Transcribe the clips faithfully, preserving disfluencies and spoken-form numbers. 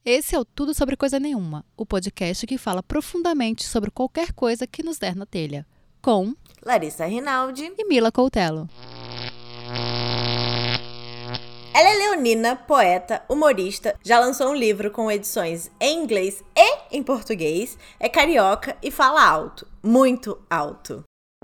Esse é o Tudo Sobre Coisa Nenhuma, o podcast que fala profundamente sobre qualquer coisa que nos der na telha. Com Larissa Rinaldi e Mila Coutelo. Ela é leonina, poeta, humorista, já lançou um livro com edições em inglês e em português, é carioca e fala alto, muito alto.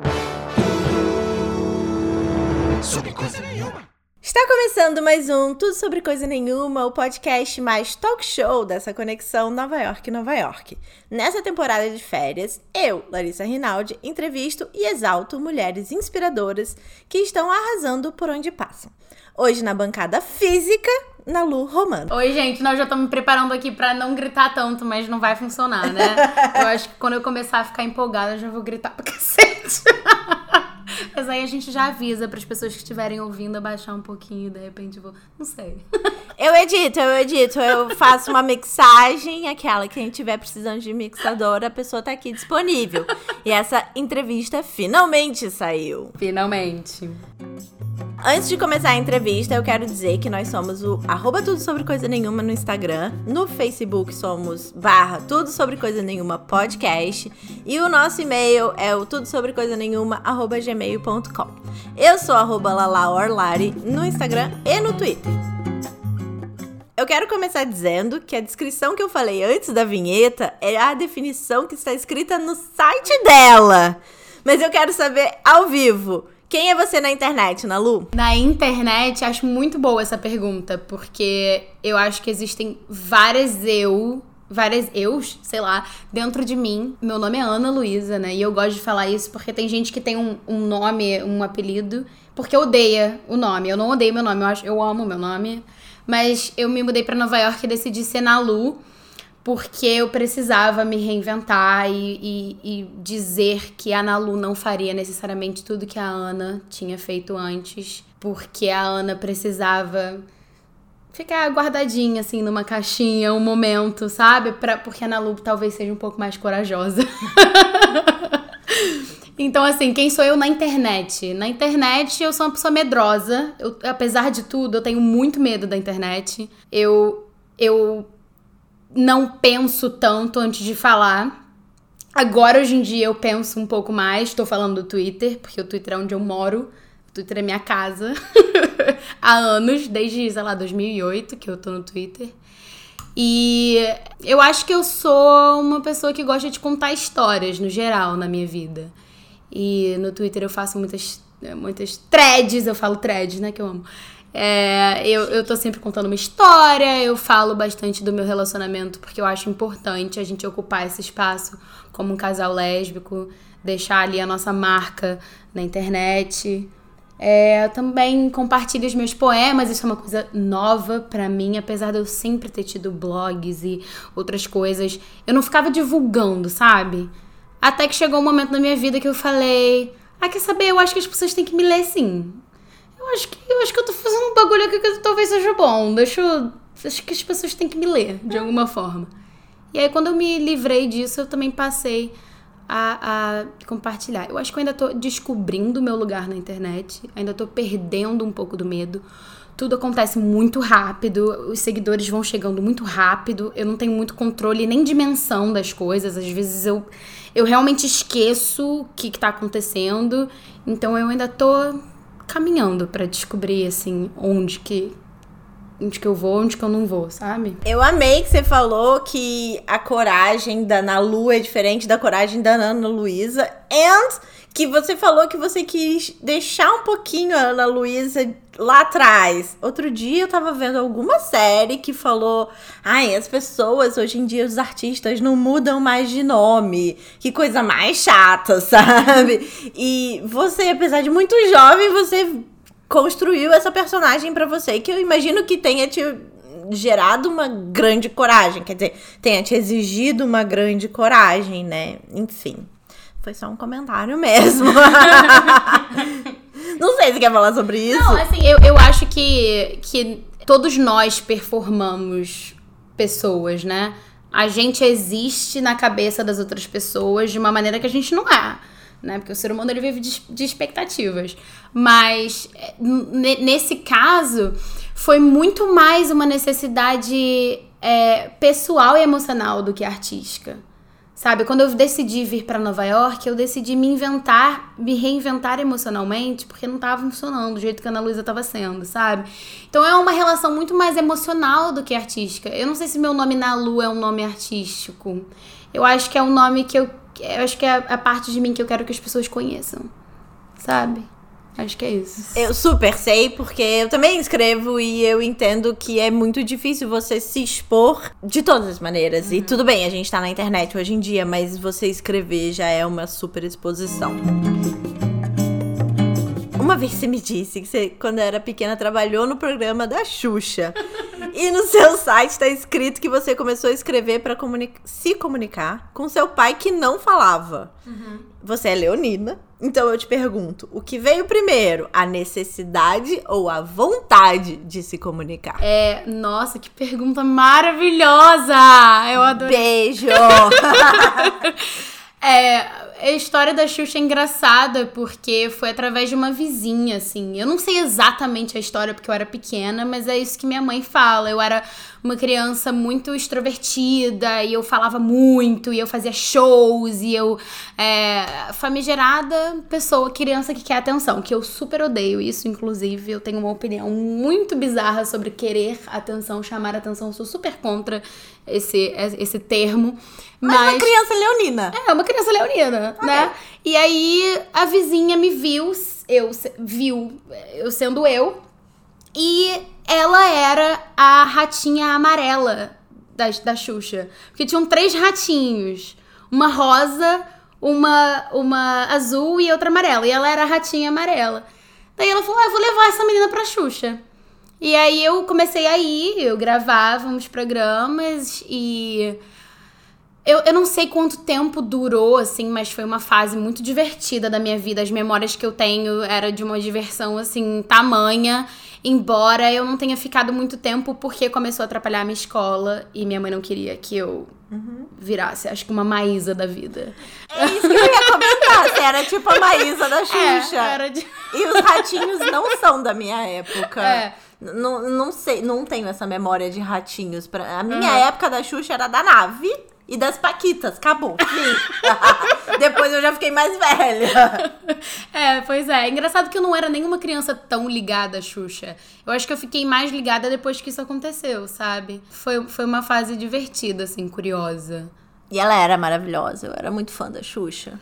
Sobre coisa nenhuma. Está começando mais um Tudo Sobre Coisa Nenhuma, o podcast mais talk show dessa conexão Nova York-Nova York. Nessa temporada de férias, eu, Larissa Rinaldi, entrevisto e exalto mulheres inspiradoras que estão arrasando por onde passam. Hoje na bancada física, Nalu Romano. Oi, gente, nós já estamos me preparando aqui pra não gritar tanto, mas não vai funcionar, né? Eu acho que quando eu começar a ficar empolgada, eu já vou gritar pra cacete. Mas aí a gente já avisa pras pessoas que estiverem ouvindo abaixar um pouquinho, de repente vou... Não sei. Eu edito, eu edito, eu faço uma mixagem, aquela que a gente tiver precisando de mixadora, a pessoa tá aqui disponível. E essa entrevista finalmente saiu. Finalmente. Antes de começar a entrevista, eu quero dizer que nós somos o arroba Tudo Sobre Coisa Nenhuma no Instagram, no Facebook somos barra Tudo Sobre Coisa Nenhuma podcast e o nosso e-mail é o tudo sobre coisa nenhuma arroba gmail ponto com. Eu sou arroba Lala Orlari no Instagram e no Twitter. Eu quero começar dizendo que a descrição que eu falei antes da vinheta é a definição que está escrita no site dela, mas eu quero saber ao vivo. Quem é você na internet, Nalu? Na internet, acho muito boa essa pergunta, porque eu acho que existem várias eu, várias eus, sei lá, dentro de mim. Meu nome é Ana Luísa, né? E eu gosto de falar isso porque tem gente que tem um, um nome, um apelido, porque odeia o nome. Eu não odeio meu nome, eu, acho, eu amo meu nome. Mas eu me mudei pra Nova York e decidi ser Nalu, porque eu precisava me reinventar e, e, e dizer que a Nalu não faria necessariamente tudo que a Ana tinha feito antes, porque a Ana precisava ficar guardadinha, assim, numa caixinha, um momento, sabe? Pra, porque a Nalu talvez seja um pouco mais corajosa. Então, assim, quem sou eu na internet? Na internet, eu sou uma pessoa medrosa. Eu, apesar de tudo, eu tenho muito medo da internet. Eu... eu não penso tanto antes de falar. Agora, hoje em dia, eu penso um pouco mais. Tô falando do Twitter, porque o Twitter é onde eu moro. O Twitter é minha casa. Há anos, desde, sei lá, dois mil e oito, que eu tô no Twitter. E eu acho que eu sou uma pessoa que gosta de contar histórias, no geral, na minha vida. E no Twitter eu faço muitas, muitas threads. Eu falo threads, né, que eu amo. É, eu, eu tô sempre contando uma história, eu falo bastante do meu relacionamento, porque eu acho importante a gente ocupar esse espaço como um casal lésbico, deixar ali a nossa marca na internet. É, eu também compartilho os meus poemas, isso é uma coisa nova pra mim, apesar de eu sempre ter tido blogs e outras coisas. Eu não ficava divulgando, sabe? Até que chegou um momento na minha vida que eu falei, ah, quer saber, eu acho que as pessoas têm que me ler sim. Eu acho, que, eu acho que eu tô fazendo um bagulho aqui que talvez seja bom. Deixa eu... Acho que as pessoas têm que me ler, de alguma forma. E aí, quando eu me livrei disso, eu também passei a, a compartilhar. Eu acho que eu ainda tô descobrindo o meu lugar na internet. Ainda tô perdendo um pouco do medo. Tudo acontece muito rápido. Os seguidores vão chegando muito rápido. Eu não tenho muito controle nem dimensão das coisas. Às vezes eu, eu realmente esqueço o que, que tá acontecendo. Então, eu ainda tô... caminhando pra descobrir, assim, onde que, onde que eu vou, onde que eu não vou, sabe? Eu amei que você falou que a coragem da Nalu é diferente da coragem da Ana Luísa, and que você falou que você quis deixar um pouquinho a Ana Luísa lá atrás. Outro dia eu tava vendo alguma série que falou, ai, as pessoas, hoje em dia, os artistas não mudam mais de nome. Que coisa mais chata, sabe? E você, apesar de muito jovem, você construiu essa personagem pra você, que eu imagino que tenha te gerado uma grande coragem. Quer dizer, tenha te exigido uma grande coragem, né? Enfim. Foi só um comentário mesmo. Não sei se quer falar sobre isso. Não, assim, eu, eu acho que, que todos nós performamos pessoas, né? A gente existe na cabeça das outras pessoas de uma maneira que a gente não é. né? Porque o ser humano ele vive de, de expectativas. Mas n- nesse caso foi muito mais uma necessidade é, pessoal e emocional do que artística. Sabe, quando eu decidi vir pra Nova York, eu decidi me inventar, me reinventar emocionalmente, porque não tava funcionando do jeito que a Ana Luísa tava sendo, sabe? Então é uma relação muito mais emocional do que artística. Eu não sei se meu nome na Lu é um nome artístico. Eu acho que é um nome que eu... Eu acho que é a parte de mim que eu quero que as pessoas conheçam, sabe? Acho que é isso. Eu super sei, porque eu também escrevo e eu entendo que é muito difícil você se expor de todas as maneiras. Uhum. E tudo bem, a gente tá na internet hoje em dia, mas você escrever já é uma super exposição. Uma vez você me disse que você, quando era pequena, trabalhou no programa da Xuxa. E no seu site tá escrito que você começou a escrever pra comunica- se comunicar com seu pai que não falava. Uhum. Você é leonina, então eu te pergunto, o que veio primeiro? A necessidade ou a vontade de se comunicar? É, nossa, que pergunta maravilhosa! Eu adoro. Beijo! É... A história da Xuxa é engraçada porque foi através de uma vizinha, assim. Eu não sei exatamente a história porque eu era pequena, mas é isso que minha mãe fala. Eu era uma criança muito extrovertida e eu falava muito, e eu fazia shows, e eu... É, famigerada pessoa, criança que quer atenção, que eu super odeio isso, inclusive. Eu tenho uma opinião muito bizarra sobre querer atenção, chamar atenção. Eu sou super contra esse, esse termo. Mas, mas uma criança leonina. É, uma criança leonina, okay. Né? E aí, a vizinha me viu, eu, viu eu sendo eu, e ela era a ratinha amarela da, da Xuxa. Porque tinham três ratinhos, uma rosa, uma, uma azul e outra amarela. E ela era a ratinha amarela. Daí ela falou, ah, eu vou levar essa menina pra Xuxa. E aí eu comecei a ir, eu gravava uns programas e... Eu, eu não sei quanto tempo durou, assim, mas foi uma fase muito divertida da minha vida. As memórias que eu tenho era de uma diversão, assim, tamanha. Embora eu não tenha ficado muito tempo porque começou a atrapalhar a minha escola e minha mãe não queria que eu uhum. virasse, acho que uma Maísa da vida. É isso que eu ia comentar, você era tipo a Maísa da Xuxa. É, era de... E os ratinhos não são da minha época. É. Não, não sei, não tenho essa memória de ratinhos. Pra... A minha uhum. época da Xuxa era da Nave e das Paquitas, acabou. Depois eu já fiquei mais velha. É, pois é. Engraçado que eu não era nenhuma criança tão ligada à Xuxa. Eu acho que eu fiquei mais ligada depois que isso aconteceu, sabe? Foi, foi uma fase divertida, assim, curiosa. E ela era maravilhosa, eu era muito fã da Xuxa.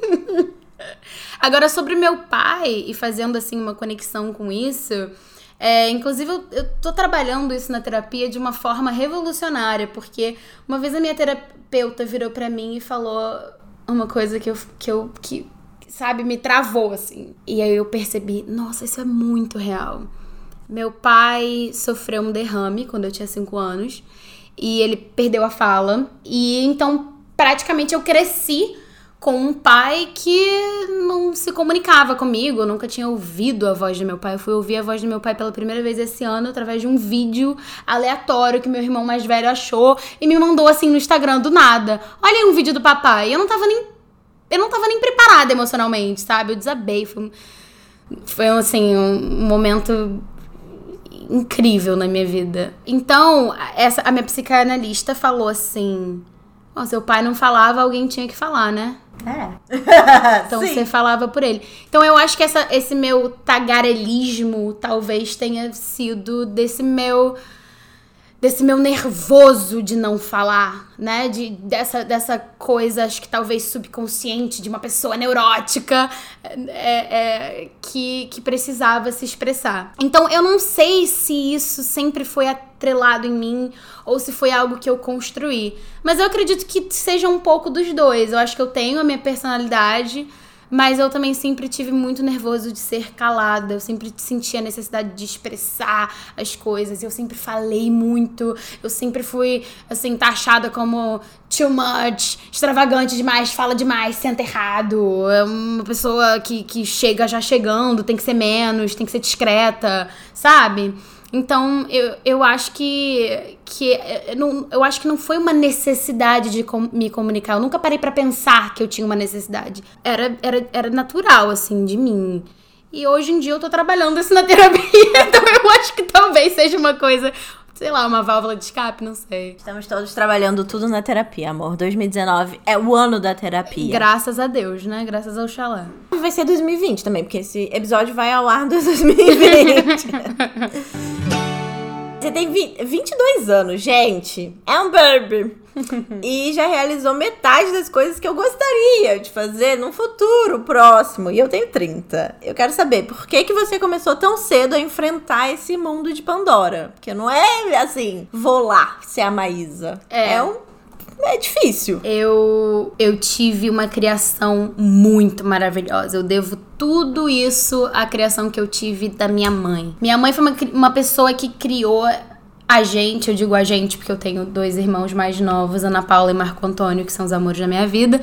Agora, sobre meu pai, e fazendo, assim, uma conexão com isso... É, inclusive, eu, eu tô trabalhando isso na terapia de uma forma revolucionária, porque uma vez a minha terapeuta virou pra mim e falou uma coisa que eu, que, eu que, sabe, me travou, assim. E aí eu percebi, nossa, isso é muito real. Meu pai sofreu um derrame quando eu tinha cinco anos e ele perdeu a fala. E então, praticamente, eu cresci com um pai que não se comunicava comigo. Eu nunca tinha ouvido a voz do meu pai. Eu fui ouvir a voz do meu pai pela primeira vez esse ano através de um vídeo aleatório que meu irmão mais velho achou e me mandou assim no Instagram do nada. Olha aí um vídeo do papai. Eu não tava nem, eu não tava nem preparada emocionalmente, sabe? Eu desabei. Foi, foi assim, um momento incrível na minha vida. Então, essa, a minha psicanalista falou assim... Oh, seu pai não falava, alguém tinha que falar, né? É. Então você falava por ele. Então eu acho que essa, esse meu tagarelismo talvez tenha sido desse meu... Desse meu nervoso de não falar, né? De, dessa, dessa coisa, acho que talvez subconsciente de uma pessoa neurótica é, é, que, que precisava se expressar. Então eu não sei se isso sempre foi atrelado em mim ou se foi algo que eu construí. Mas eu acredito que seja um pouco dos dois. Eu acho que eu tenho a minha personalidade... Mas eu também sempre tive muito nervoso de ser calada. Eu sempre senti a necessidade de expressar as coisas. Eu sempre falei muito. Eu sempre fui, assim, taxada como too much, extravagante demais, fala demais, senta errado. É uma pessoa que, que chega já chegando, tem que ser menos, tem que ser discreta, sabe? Então, eu, eu acho que, que eu, não, eu acho que não foi uma necessidade de com, me comunicar. Eu nunca parei pra pensar que eu tinha uma necessidade. Era, era, era natural, assim, de mim. E hoje em dia eu tô trabalhando isso na terapia. Então eu acho que talvez seja uma coisa, sei lá, uma válvula de escape, não sei. Estamos todos trabalhando tudo na terapia, amor. dois mil e dezenove é o ano da terapia. Graças a Deus, né? Graças ao Xalá. Vai ser dois mil e vinte também, porque esse episódio vai ao ar em dois mil e vinte. Você tem vinte e dois anos, gente. É um baby. E já realizou metade das coisas que eu gostaria de fazer num futuro próximo. E eu tenho trinta. Eu quero saber, por que que você começou tão cedo a enfrentar esse mundo de Pandora? Porque não é assim, vou lá ser a Maísa. É, é um... É difícil. Eu, eu tive uma criação muito maravilhosa. Eu devo tudo isso à criação que eu tive da minha mãe. Minha mãe foi uma, uma pessoa que criou a gente, eu digo a gente porque eu tenho dois irmãos mais novos, Ana Paula e Marco Antônio, que são os amores da minha vida.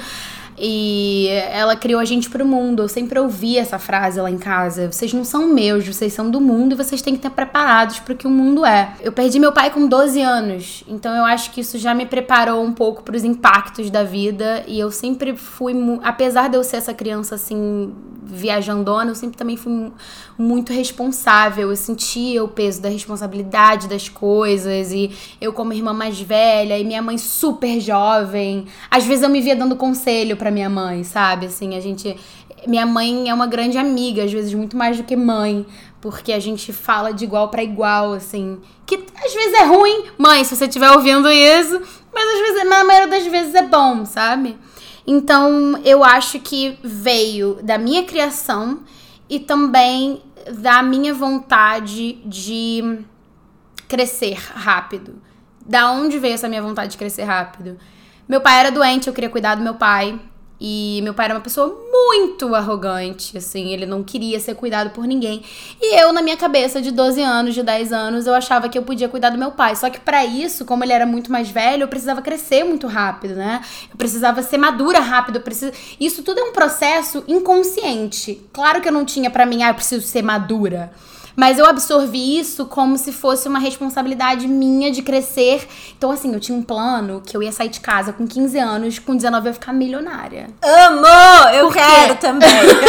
E ela criou a gente pro mundo. Eu sempre ouvi essa frase lá em casa: vocês não são meus, vocês são do mundo e vocês têm que estar preparados pro que o mundo é. Eu perdi meu pai com doze anos, então eu acho que isso já me preparou um pouco pros impactos da vida. E eu sempre fui, apesar de eu ser essa criança assim, viajandona, eu sempre também fui muito responsável. Eu sentia o peso da responsabilidade das coisas. E eu como irmã mais velha, e minha mãe super jovem, às vezes eu me via dando conselho pra minha mãe, sabe? Assim, a gente... Minha mãe é uma grande amiga, às vezes muito mais do que mãe, porque a gente fala de igual pra igual, assim. Que às vezes é ruim, mãe, se você estiver ouvindo isso, mas às vezes, na maioria das vezes é bom, sabe? Então, eu acho que veio da minha criação e também da minha vontade de crescer rápido. Da onde veio essa minha vontade de crescer rápido? Meu pai era doente, eu queria cuidar do meu pai. E meu pai era uma pessoa muito arrogante, assim, ele não queria ser cuidado por ninguém. E eu, na minha cabeça, de doze anos, de dez anos, eu achava que eu podia cuidar do meu pai. Só que pra isso, como ele era muito mais velho, eu precisava crescer muito rápido, né? Eu precisava ser madura rápido. Eu precis... Isso tudo é um processo inconsciente. Claro que eu não tinha pra mim, ah, eu preciso ser madura. Mas eu absorvi isso como se fosse uma responsabilidade minha de crescer. Então, assim, eu tinha um plano que eu ia sair de casa com quinze anos, com dezenove eu ia ficar milionária. Amor, eu quero também.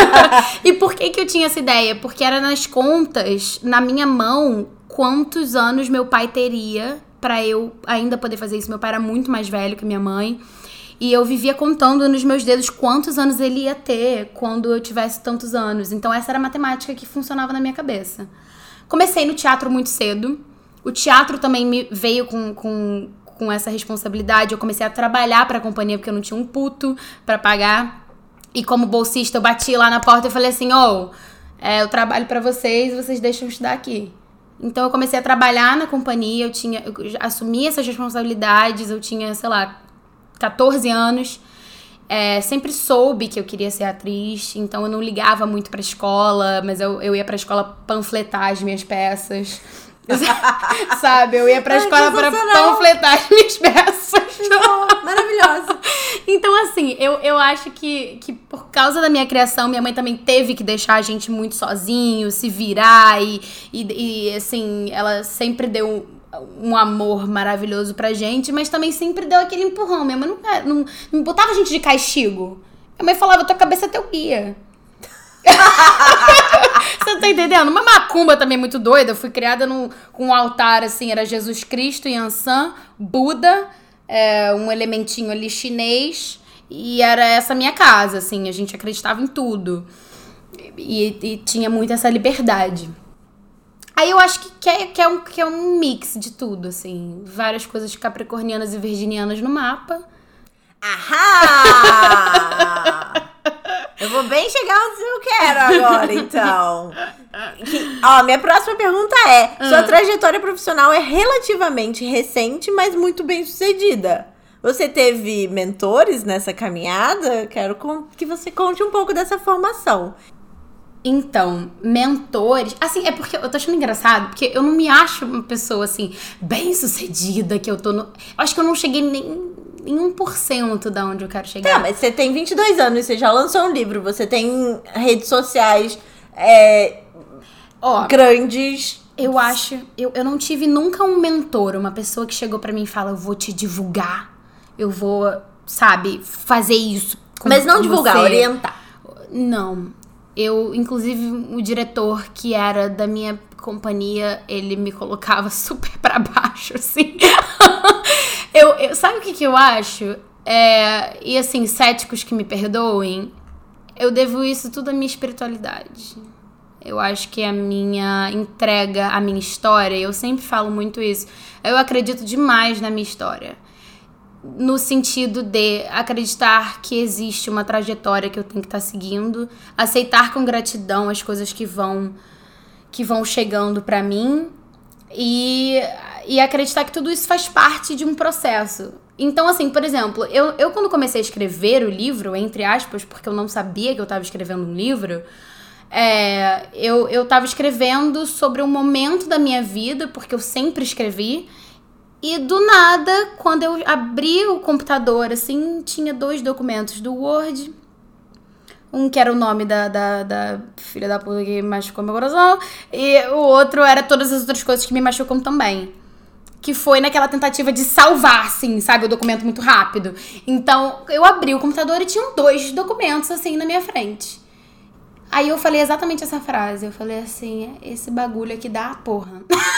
E por que que eu tinha essa ideia? Porque era nas contas, na minha mão, quantos anos meu pai teria pra eu ainda poder fazer isso. Meu pai era muito mais velho que minha mãe. E eu vivia contando nos meus dedos quantos anos ele ia ter quando eu tivesse tantos anos. Então essa era a matemática que funcionava na minha cabeça. Comecei no teatro muito cedo. O teatro também me veio com, com, com essa responsabilidade. Eu comecei a trabalhar para a companhia porque eu não tinha um puto para pagar. E como bolsista eu bati lá na porta e falei assim, ô, oh, é, eu trabalho para vocês e vocês deixam eu estudar aqui. Então eu comecei a trabalhar na companhia, eu, tinha, eu assumi essas responsabilidades, eu tinha, sei lá, catorze anos, é, sempre soube que eu queria ser atriz, então eu não ligava muito pra escola, mas eu, eu ia pra escola panfletar as minhas peças, sabe? Eu ia pra Ai, escola pra panfletar as minhas peças. Oh, maravilhosa. Então, assim, eu, eu acho que, que por causa da minha criação, minha mãe também teve que deixar a gente muito sozinho, se virar e, e, e assim, ela sempre deu um amor maravilhoso pra gente, mas também sempre deu aquele empurrão. Minha mãe não, não, não botava a gente de castigo. Minha mãe falava, tua cabeça é teu guia. Você tá entendendo? Uma macumba também muito doida. Eu fui criada num, com um altar, assim, era Jesus Cristo, Yansan, Buda, é, um elementinho ali chinês, e era essa minha casa, assim, a gente acreditava em tudo. E, e tinha muito essa liberdade. Aí eu acho que, que, é, que, é um, que é um mix de tudo, assim. Várias coisas capricornianas e virginianas no mapa. Ahá! Eu vou bem chegar onde eu quero agora, então. Que, ó, minha próxima pergunta é... Hum. Sua trajetória profissional é relativamente recente, mas muito bem sucedida. Você teve mentores nessa caminhada? Quero que você conte um pouco dessa formação. Então, mentores... Assim, é porque eu tô achando engraçado, porque eu não me acho uma pessoa, assim, bem-sucedida, que eu tô no... Eu acho que eu não cheguei nem em um por cento da onde eu quero chegar. Tá, mas você tem vinte e dois anos, você já lançou um livro, você tem redes sociais é, Ó, grandes... Eu acho... Eu, eu não tive nunca um mentor, uma pessoa que chegou pra mim e fala, eu vou te divulgar, eu vou, sabe, fazer isso com Mas não com divulgar, você. orientar. Não. Eu, inclusive, o diretor que era da minha companhia, ele me colocava super pra baixo, assim. eu, eu, sabe o que, que eu acho? É, e assim, céticos que me perdoem, eu devo isso tudo à minha espiritualidade. Eu acho que a minha entrega, a minha história, eu sempre falo muito isso, eu acredito demais na minha história. No sentido de acreditar que existe uma trajetória que eu tenho que estar seguindo, aceitar com gratidão as coisas que vão, que vão chegando pra mim e, e acreditar que tudo isso faz parte de um processo. Então, assim, por exemplo, eu, eu quando comecei a escrever o livro, entre aspas, porque eu não sabia que eu estava escrevendo um livro, é, eu, eu tava escrevendo sobre um momento da minha vida, porque eu sempre escrevi. E do nada, quando eu abri o computador, assim, tinha dois documentos do Word. Um que era o nome da, da, da filha da puta que machucou meu coração. E o outro era todas as outras coisas que me machucam também. Que foi naquela tentativa de salvar, assim, sabe? O documento muito rápido. Então, eu abri o computador e tinham dois documentos, assim, na minha frente. Aí eu falei exatamente essa frase. Eu falei assim, esse bagulho aqui dá a porra.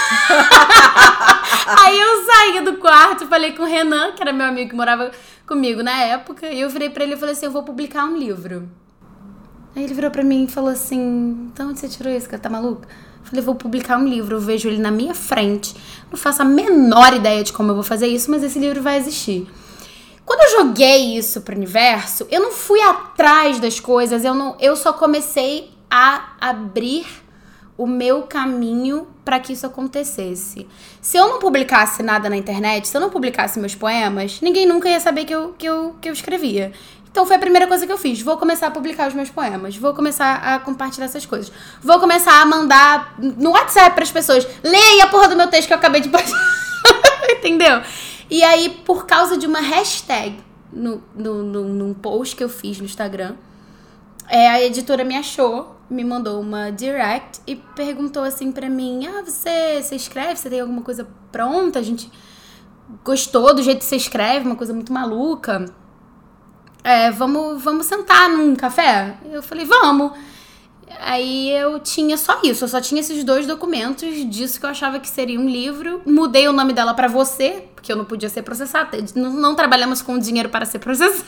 Aí eu saí do quarto, falei com o Renan, que era meu amigo que morava comigo na época, e eu virei pra ele e falei assim, eu vou publicar um livro. Aí ele virou pra mim e falou assim, então onde você tirou isso, cara? Tá maluca? Eu falei, vou publicar um livro, eu vejo ele na minha frente, não faço a menor ideia de como eu vou fazer isso, mas esse livro vai existir. Quando eu joguei isso pro universo, eu não fui atrás das coisas, eu, não, eu só comecei a abrir o meu caminho para que isso acontecesse. Se eu não publicasse nada na internet, se eu não publicasse meus poemas, ninguém nunca ia saber que eu, que eu, que eu escrevia. Então foi a primeira coisa que eu fiz. Vou começar a publicar os meus poemas. Vou começar a compartilhar essas coisas. Vou começar a mandar no WhatsApp pras pessoas. Leia a porra do meu texto que eu acabei de postar. Entendeu? E aí, por causa de uma hashtag no, no, no, num post que eu fiz no Instagram, é, a editora me achou, me mandou uma direct e perguntou assim pra mim, ah, você, você escreve? Você tem alguma coisa pronta? A gente gostou do jeito que você escreve, uma coisa muito maluca. É, vamos, vamos sentar num café? Eu falei, vamos. Aí eu tinha só isso, eu só tinha esses dois documentos disso que eu achava que seria um livro. Mudei o nome dela pra Você, porque eu não podia ser processada. Não, não trabalhamos com dinheiro para ser processada.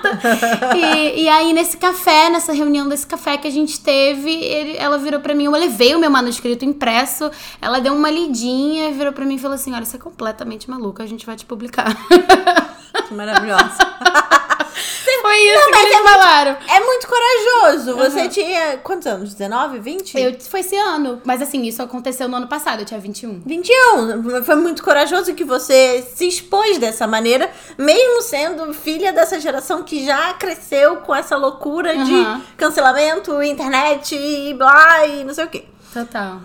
e, e aí nesse café, nessa reunião desse café que a gente teve, ele, ela virou pra mim, eu levei o meu manuscrito impresso, ela deu uma lidinha, virou pra mim e falou assim, olha, você é completamente maluca, a gente vai te publicar. Que maravilhosa. Foi isso não, que eles é falaram. Muito, é muito corajoso. Você Uhum. tinha quantos anos? dezenove, vinte? Eu, foi esse ano. Mas assim, isso aconteceu no ano passado. Eu tinha vinte e um. vinte e um. Foi muito corajoso que você se expôs dessa maneira, mesmo sendo filha dessa geração que já cresceu com essa loucura uhum. de cancelamento, internet e blá e não sei o quê. Total.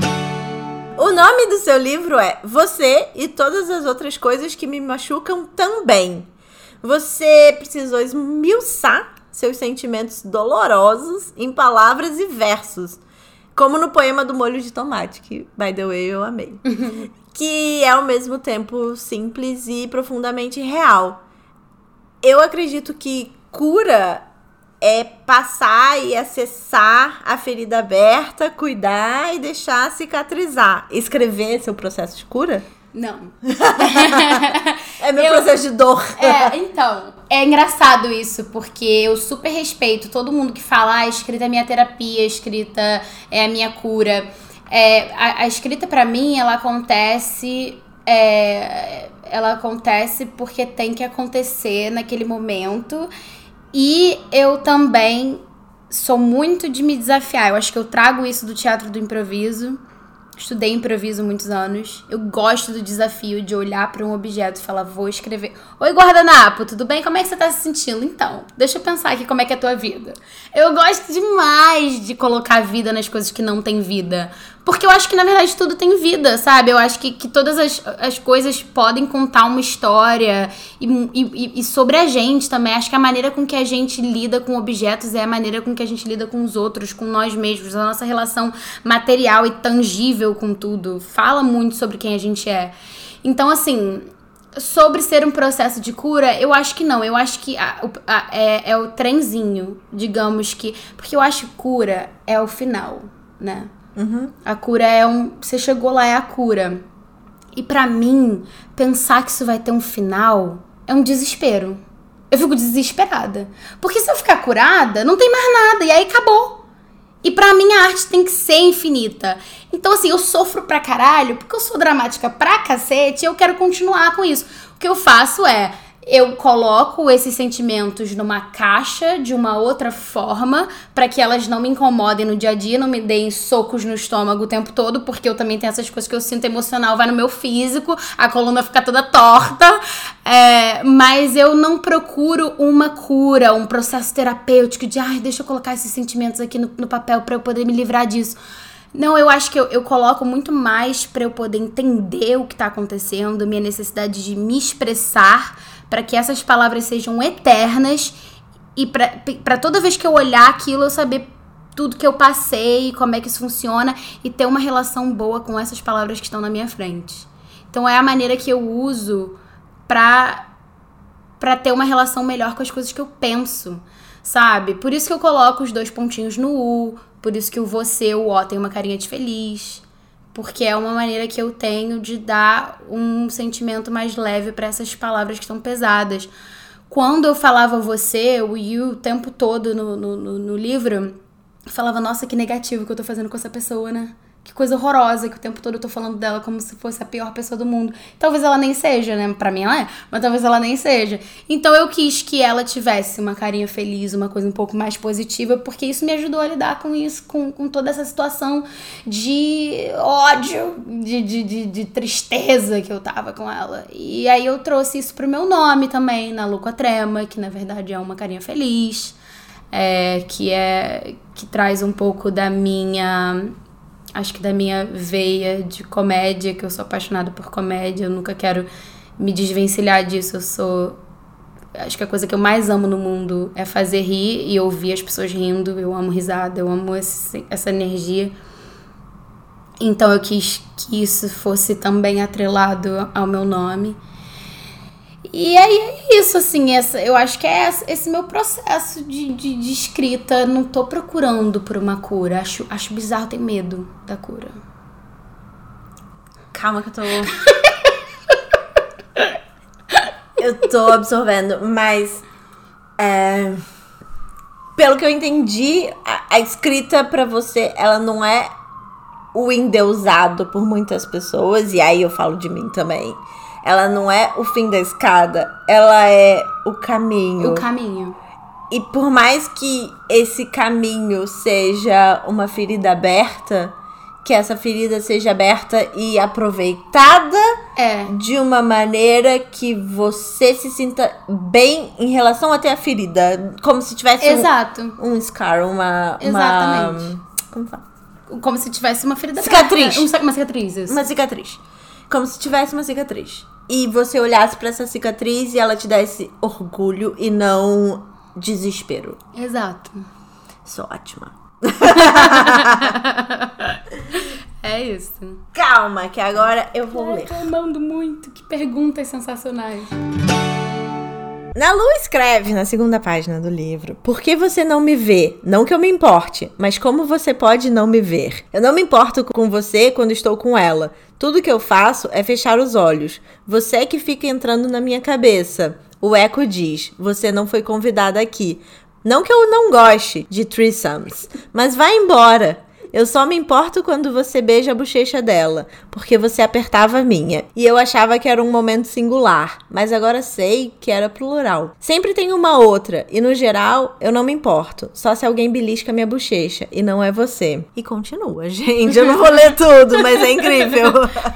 O nome do seu livro é Você e Todas as Outras Coisas que Me Machucam Também. Você precisou esmiuçar seus sentimentos dolorosos em palavras e versos. Como no poema do molho de tomate, que, by the way, eu amei. Que é ao mesmo tempo simples e profundamente real. Eu acredito que cura é passar e acessar a ferida aberta, cuidar e deixar cicatrizar. Escrever é seu processo de cura? Não. É meu eu, processo de dor. É, então, é engraçado isso, porque eu super respeito todo mundo que fala, ah, a escrita é minha terapia, a escrita é a minha cura. É, a, a escrita, pra mim, ela acontece... É, ela acontece porque tem que acontecer naquele momento. E eu também sou muito de me desafiar. Eu acho que eu trago isso do teatro do improviso. Estudei improviso muitos anos. Eu gosto do desafio de olhar para um objeto e falar, vou escrever. Oi, guardanapo, tudo bem? Como é que você tá se sentindo? Então, deixa eu pensar aqui como é que é a tua vida. Eu gosto demais de colocar vida nas coisas que não têm vida. Porque eu acho que, na verdade, tudo tem vida, sabe? Eu acho que, que todas as, as coisas podem contar uma história. E, e, e sobre a gente também. Acho que a maneira com que a gente lida com objetos é a maneira com que a gente lida com os outros, com nós mesmos. A nossa relação material e tangível com tudo fala muito sobre quem a gente é. Então, assim, sobre ser um processo de cura, eu acho que não. Eu acho que a, a, é, é o trenzinho, digamos que... Porque eu acho que cura é o final, né? Uhum. A cura é um... Você chegou lá, é a cura. E pra mim, pensar que isso vai ter um final é um desespero. Eu fico desesperada. Porque se eu ficar curada, não tem mais nada. E aí acabou. E pra mim a arte tem que ser infinita. Então assim, eu sofro pra caralho porque eu sou dramática pra cacete e eu quero continuar com isso. O que eu faço é... Eu coloco esses sentimentos numa caixa de uma outra forma pra que elas não me incomodem no dia a dia, não me deem socos no estômago o tempo todo, porque eu também tenho essas coisas que eu sinto emocional, vai no meu físico, a coluna fica toda torta, é, mas eu não procuro uma cura, um processo terapêutico de, ai, deixa eu colocar esses sentimentos aqui no, no papel pra eu poder me livrar disso. Não, eu acho que eu, eu coloco muito mais pra eu poder entender o que tá acontecendo, minha necessidade de me expressar, para que essas palavras sejam eternas e para toda vez que eu olhar aquilo, eu saber tudo que eu passei, como é que isso funciona e ter uma relação boa com essas palavras que estão na minha frente. Então é a maneira que eu uso para para ter uma relação melhor com as coisas que eu penso, sabe? Por isso que eu coloco os dois pontinhos no U, por isso que o você, o O tem uma carinha de feliz. Porque é uma maneira que eu tenho de dar um sentimento mais leve para essas palavras que estão pesadas. Quando eu falava você, o you, o tempo todo no, no, no livro, eu falava, nossa, que negativo que eu tô fazendo com essa pessoa, né? Que coisa horrorosa, que o tempo todo eu tô falando dela como se fosse a pior pessoa do mundo. Talvez ela nem seja, né? Pra mim ela é, mas talvez ela nem seja. Então eu quis que ela tivesse uma carinha feliz, uma coisa um pouco mais positiva, porque isso me ajudou a lidar com isso, com, com toda essa situação de ódio, de, de, de, de tristeza que eu tava com ela. E aí eu trouxe isso pro meu nome também, na Luca Trema, que na verdade é uma carinha feliz, é, que, é, que traz um pouco da minha... Acho que da minha veia de comédia, que eu sou apaixonada por comédia, eu nunca quero me desvencilhar disso, eu sou... Acho que a coisa que eu mais amo no mundo é fazer rir e ouvir as pessoas rindo, eu amo risada, eu amo esse, essa energia. Então eu quis que isso fosse também atrelado ao meu nome. E aí é isso, assim, essa, eu acho que é esse, esse meu processo de, de, de escrita. Não tô procurando por uma cura. Acho, acho bizarro, tenho medo da cura. Calma que eu tô... eu tô absorvendo, mas... É... Pelo que eu entendi, a, a escrita pra você, ela não é o endeusado por muitas pessoas. E aí eu falo de mim também. Ela não é o fim da escada, ela é o caminho. O caminho. E por mais que esse caminho seja uma ferida aberta, que essa ferida seja aberta e aproveitada é. de uma maneira que você se sinta bem em relação até a ferida. Como se tivesse Exato. Um, um scar, uma... Exatamente. Uma, como fala? Como se tivesse uma ferida cicatriz. aberta. Uma cicatriz, isso. Uma cicatriz. Como se tivesse uma cicatriz. E você olhasse pra essa cicatriz e ela te desse orgulho e não desespero. Exato. Sou ótima. É isso. Calma, que agora eu vou Ai, ler. tô amando muito. Que perguntas sensacionais. Nalu escreve na segunda página do livro: por que você não me vê? Não que eu me importe, mas como você pode não me ver? Eu não me importo com você quando estou com ela. Tudo que eu faço é fechar os olhos. Você é que fica entrando na minha cabeça. O eco diz: você não foi convidada aqui. Não que eu não goste de threesomes, mas vai embora. Eu só me importo quando você beija a bochecha dela, porque você apertava a minha. E eu achava que era um momento singular, mas agora sei que era plural. Sempre tem uma outra, e no geral, eu não me importo. Só se alguém belisca minha bochecha, e não é você. E continua, gente. Eu não vou ler tudo, mas é incrível.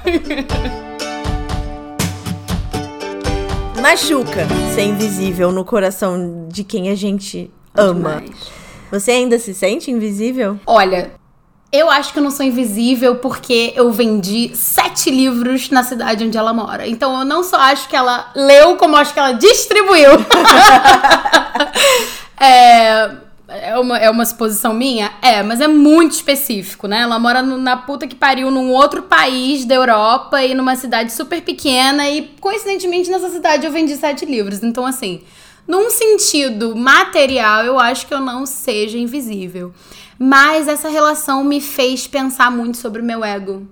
Machuca ser invisível no coração de quem a gente ama. Demais. Você ainda se sente invisível? Olha... Eu acho que eu não sou invisível porque eu vendi sete livros na cidade onde ela mora. Então eu não só acho que ela leu, como eu acho que ela distribuiu. é, é, uma, é uma suposição minha? É, mas é muito específico, né? Ela mora no, na puta que pariu num outro país da Europa e numa cidade super pequena. E coincidentemente nessa cidade eu vendi sete livros. Então assim, num sentido material, eu acho que eu não seja invisível. Mas essa relação me fez pensar muito sobre o meu ego.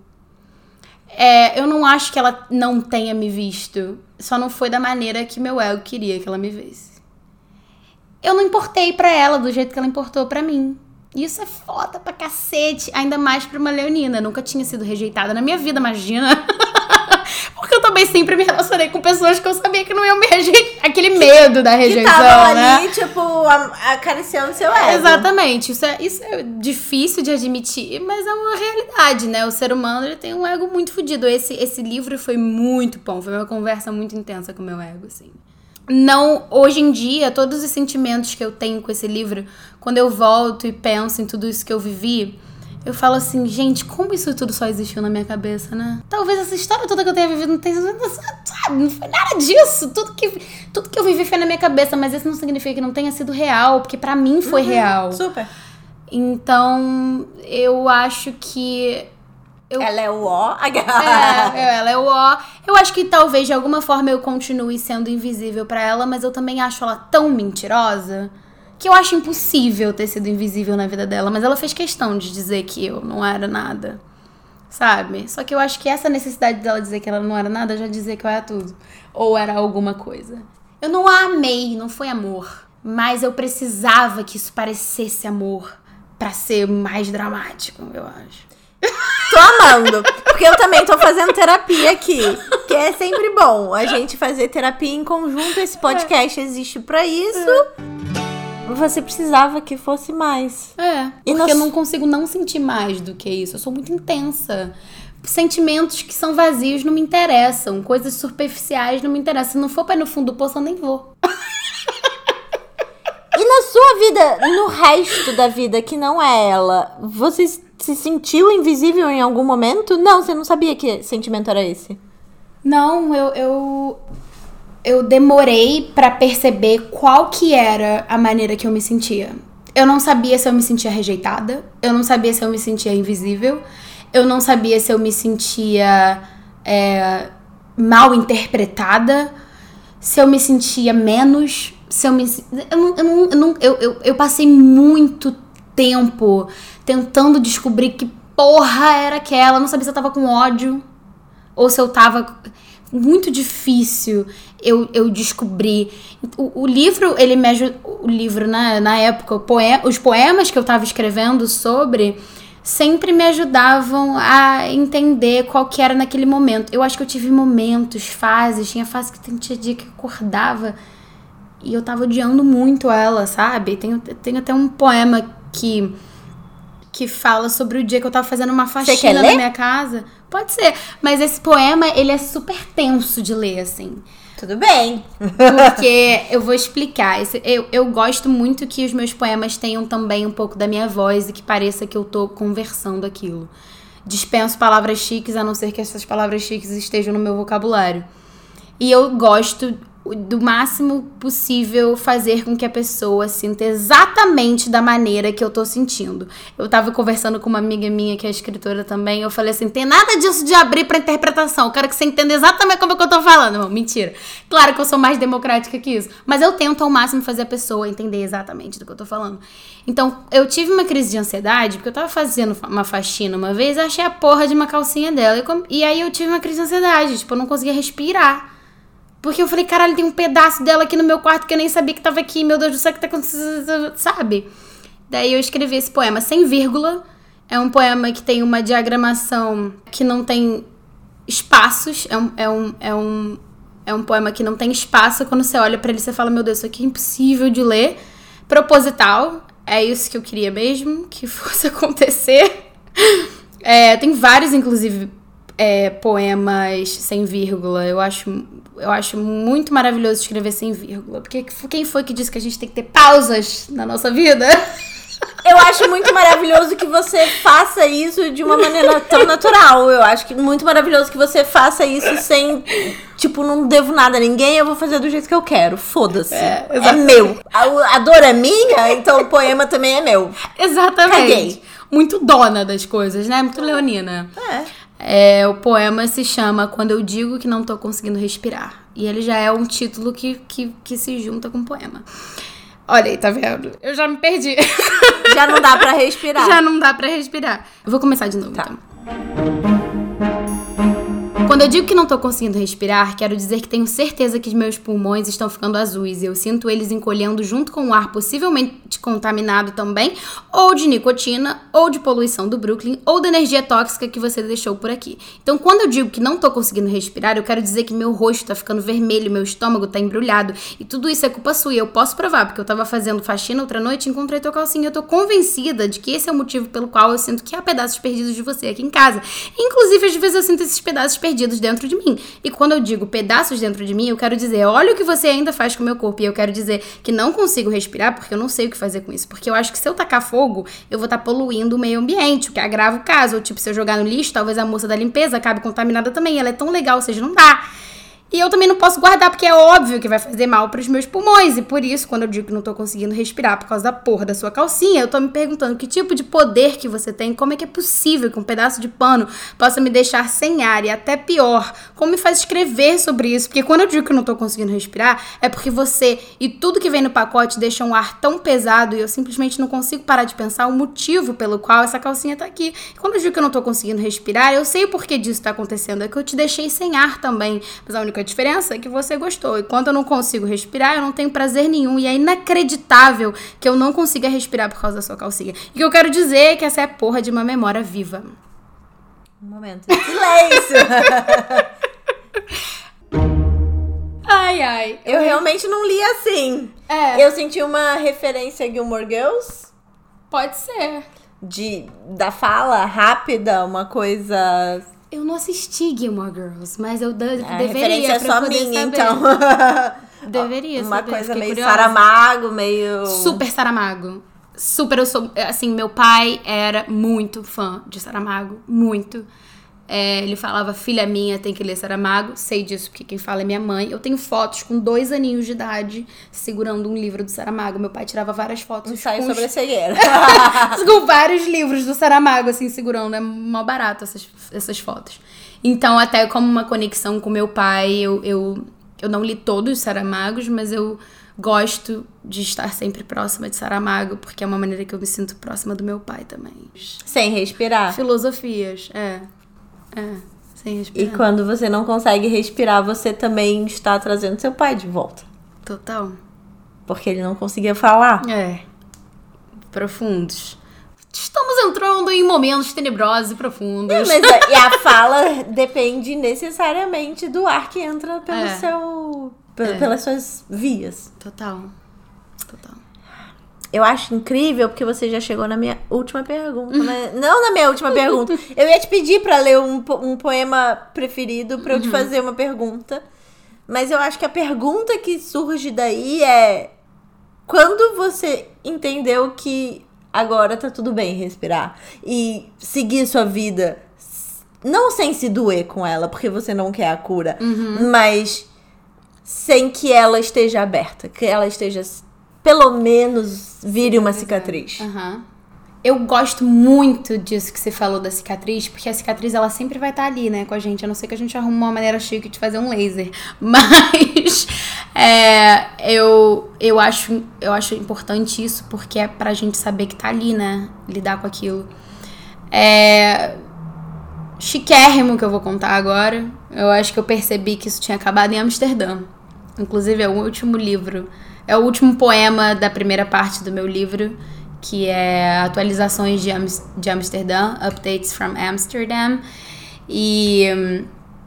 É, eu não acho que ela não tenha me visto. Só não foi da maneira que meu ego queria que ela me visse. Eu não importei pra ela do jeito que ela importou pra mim. Isso é foda pra cacete. Ainda mais pra uma leonina. Nunca tinha sido rejeitada na minha vida, imagina. Porque eu também sempre me relacionei com pessoas que eu sabia que não iam me rejeitar. Aquele medo da rejeição, que tava né? ali, tipo, acariciando seu ego. Exatamente. Isso é, isso é difícil de admitir, mas é uma realidade, né? O ser humano, ele tem um ego muito fodido. Esse, esse livro foi muito bom. Foi uma conversa muito intensa com o meu ego, assim. Não, hoje em dia, todos os sentimentos que eu tenho com esse livro, quando eu volto e penso em tudo isso que eu vivi, eu falo assim, gente, como isso tudo só existiu na minha cabeça, né? Talvez essa história toda que eu tenha vivido não tenha... Sabe, não foi nada disso. Tudo que, tudo que eu vivi foi na minha cabeça, mas isso não significa que não tenha sido real, porque pra mim foi uhum, real. Super. Então, eu acho que... Eu... Ela é o ó. É, ela é o ó. Eu acho que talvez de alguma forma eu continue sendo invisível pra ela, mas eu também acho ela tão mentirosa que eu acho impossível ter sido invisível na vida dela, mas ela fez questão de dizer que eu não era nada, sabe? Só que eu acho que essa necessidade dela dizer que ela não era nada já dizia que eu era tudo, ou era alguma coisa. Eu não a amei, não foi amor, mas eu precisava que isso parecesse amor pra ser mais dramático, eu acho. Tô amando, porque eu também tô fazendo terapia aqui, que é sempre bom a gente fazer terapia em conjunto, esse podcast existe pra isso. Você precisava que fosse mais. É, porque e nós... eu não consigo não sentir mais do que isso. Eu sou muito intensa. Sentimentos que são vazios não me interessam. Coisas superficiais não me interessam. Se não for pra ir no fundo do poço, eu nem vou. E na sua vida, no resto da vida que não é ela, você se sentiu invisível em algum momento? Não, você não sabia que sentimento era esse? Não, eu... eu... Eu demorei pra perceber qual que era a maneira que eu me sentia. Eu não sabia se eu me sentia rejeitada. Eu não sabia se eu me sentia invisível. Eu não sabia se eu me sentia é, mal interpretada. Se eu me sentia menos. Se eu me... Eu, não, eu, não, eu, não, eu, eu, eu passei muito tempo tentando descobrir que porra era aquela. Eu não sabia se eu tava com ódio ou se eu tava... Muito difícil eu, eu descobrir. O, o livro, ele me ajuda... O livro, né, na época, poe, os poemas que eu tava escrevendo sobre sempre me ajudavam a entender qual que era naquele momento. Eu acho que eu tive momentos, fases, tinha fase que tinha dia que eu acordava e eu tava odiando muito ela, sabe? Tem, tem até um poema que... que fala sobre o dia que eu tava fazendo uma faxina na minha casa. Pode ser, mas esse poema, ele é super tenso de ler, assim. Tudo bem. Porque, eu vou explicar, esse, eu, eu gosto muito que os meus poemas tenham também um pouco da minha voz e que pareça que eu tô conversando aquilo. Dispenso palavras chiques, a não ser que essas palavras chiques estejam no meu vocabulário. E eu gosto do máximo possível fazer com que a pessoa sinta exatamente da maneira que eu tô sentindo. Eu tava conversando com uma amiga minha que é escritora também, eu falei assim, tem nada disso de abrir pra interpretação, eu quero que você entenda exatamente como é que eu tô falando. Não, mentira. Claro que eu sou mais democrática que isso, mas eu tento ao máximo fazer a pessoa entender exatamente do que eu tô falando. Então, eu tive uma crise de ansiedade, porque eu tava fazendo uma faxina uma vez, eu achei a porra de uma calcinha dela, e, e aí eu tive uma crise de ansiedade, tipo, eu não conseguia respirar. Porque eu falei, caralho, tem um pedaço dela aqui no meu quarto que eu nem sabia que tava aqui. Meu Deus do céu, o que tá acontecendo? Sabe? Daí eu escrevi esse poema sem vírgula. É um poema que tem uma diagramação que não tem espaços. É um, é um, é um, é um poema que não tem espaço. Quando você olha pra ele, você fala, meu Deus, isso aqui é impossível de ler. Proposital. É isso que eu queria mesmo que fosse acontecer. É, tem vários, inclusive, é, poemas sem vírgula. Eu acho... Eu acho muito maravilhoso escrever sem vírgula. Porque quem foi que disse que a gente tem que ter pausas na nossa vida? Eu acho muito maravilhoso que você faça isso de uma maneira tão natural. Eu acho que muito maravilhoso que você faça isso sem, tipo, não devo nada a ninguém, eu vou fazer do jeito que eu quero. Foda-se. É, é meu. A, a dor é minha, então o poema também é meu. Exatamente. Caguei. Muito dona das coisas, né? Muito leonina. É. É, o poema se chama Quando Eu Digo Que Não Tô Conseguindo Respirar. E ele já é um título que, que, que se junta com o poema. Olha aí, tá vendo? Eu já me perdi. Já não dá pra respirar. Já não dá pra respirar. Eu vou começar de novo, tá. Então. Quando eu digo que não tô conseguindo respirar, quero dizer que tenho certeza que meus pulmões estão ficando azuis e eu sinto eles encolhendo junto com o ar possivelmente contaminado também, ou de nicotina, ou de poluição do Brooklyn, ou da energia tóxica que você deixou por aqui. Então, quando eu digo que não tô conseguindo respirar, eu quero dizer que meu rosto tá ficando vermelho, meu estômago tá embrulhado, e tudo isso é culpa sua, e eu posso provar, porque eu tava fazendo faxina outra noite e encontrei tua calcinha, eu tô convencida de que esse é o motivo pelo qual eu sinto que há pedaços perdidos de você aqui em casa. Inclusive, às vezes eu sinto esses pedaços perdidos dentro de mim. E quando eu digo pedaços dentro de mim, eu quero dizer, olha o que você ainda faz com o meu corpo. E eu quero dizer que não consigo respirar porque eu não sei o que fazer com isso. Porque eu acho que se eu tacar fogo, eu vou estar tá poluindo o meio ambiente, o que agrava o caso. Ou tipo, se eu jogar no lixo, talvez a moça da limpeza acabe contaminada também. Ela é tão legal, ou seja, não dá. E eu também não posso guardar, porque é óbvio que vai fazer mal pros meus pulmões. E por isso, quando eu digo que não tô conseguindo respirar por causa da porra da sua calcinha, eu tô me perguntando que tipo de poder que você tem, como é que é possível que um pedaço de pano possa me deixar sem ar e até pior, como me faz escrever sobre isso. Porque quando eu digo que eu não tô conseguindo respirar, é porque você e tudo que vem no pacote deixa um ar tão pesado e eu simplesmente não consigo parar de pensar o motivo pelo qual essa calcinha tá aqui. E quando eu digo que eu não tô conseguindo respirar, eu sei o porquê disso tá acontecendo. É que eu te deixei sem ar também. Mas a única A diferença é que você gostou. E quando eu não consigo respirar, eu não tenho prazer nenhum. E é inacreditável que eu não consiga respirar por causa da sua calcinha. E o que eu quero dizer é que essa é a porra de uma memória viva. Um momento de silêncio. Ai, ai. Eu realmente não li assim. É. Eu senti uma referência a Gilmore Girls. Pode ser. De, da fala rápida, uma coisa... Eu não assisti Gilmore Girls, mas eu de- A deveria. referência é pra só poder minha, saber. então. Deveria Uma saber, coisa fiquei meio curiosa. Saramago, meio... Super Saramago. Super, eu sou... Assim, meu pai era muito fã de Saramago. Muito. É, ele falava, filha minha, tem que ler Saramago. Sei disso, porque quem fala é minha mãe. Eu tenho fotos com dois aninhos de idade segurando um livro do Saramago. Meu pai tirava várias fotos. Ensaio com sobre os... a cegueira. com vários livros do Saramago, assim, segurando. É mó barato essas, essas fotos. Então, até como uma conexão com meu pai, eu, eu, eu não li todos os Saramagos, mas eu gosto de estar sempre próxima de Saramago, porque é uma maneira que eu me sinto próxima do meu pai também. Sem respirar. Filosofias, é. É, sem respirar. E quando você não consegue respirar, você também está trazendo seu pai de volta. Total. Porque ele não conseguia falar. É. Profundos. Estamos entrando em momentos tenebrosos e profundos. É, mas a, e a fala depende necessariamente do ar que entra pelo É. seu... P- É. pelas suas vias. Total. Total. Eu acho incrível porque você já chegou na minha última pergunta. Mas não na minha última pergunta. Eu ia te pedir pra ler um, po- um poema preferido pra eu te fazer uma pergunta. Mas eu acho que a pergunta que surge daí é... Quando você entendeu que agora tá tudo bem respirar e seguir sua vida, não sem se doer com ela, porque você não quer a cura, mas sem que ela esteja aberta, que ela esteja... Pelo menos vire uma cicatriz. Aham. Eu gosto muito disso que você falou da cicatriz, porque a cicatriz, ela sempre vai estar ali, né, com a gente. A não ser que a gente arrume uma maneira chique de fazer um laser. Mas é, eu, eu, acho, eu acho importante isso, porque é pra gente saber que tá ali, né, lidar com aquilo. É... Chiquérrimo que eu vou contar agora. Eu acho que eu percebi que isso tinha acabado em Amsterdã. Inclusive, é o último livro... É o último poema da primeira parte do meu livro, que é Atualizações de, Am- de Amsterdã, Updates from Amsterdam. E hum,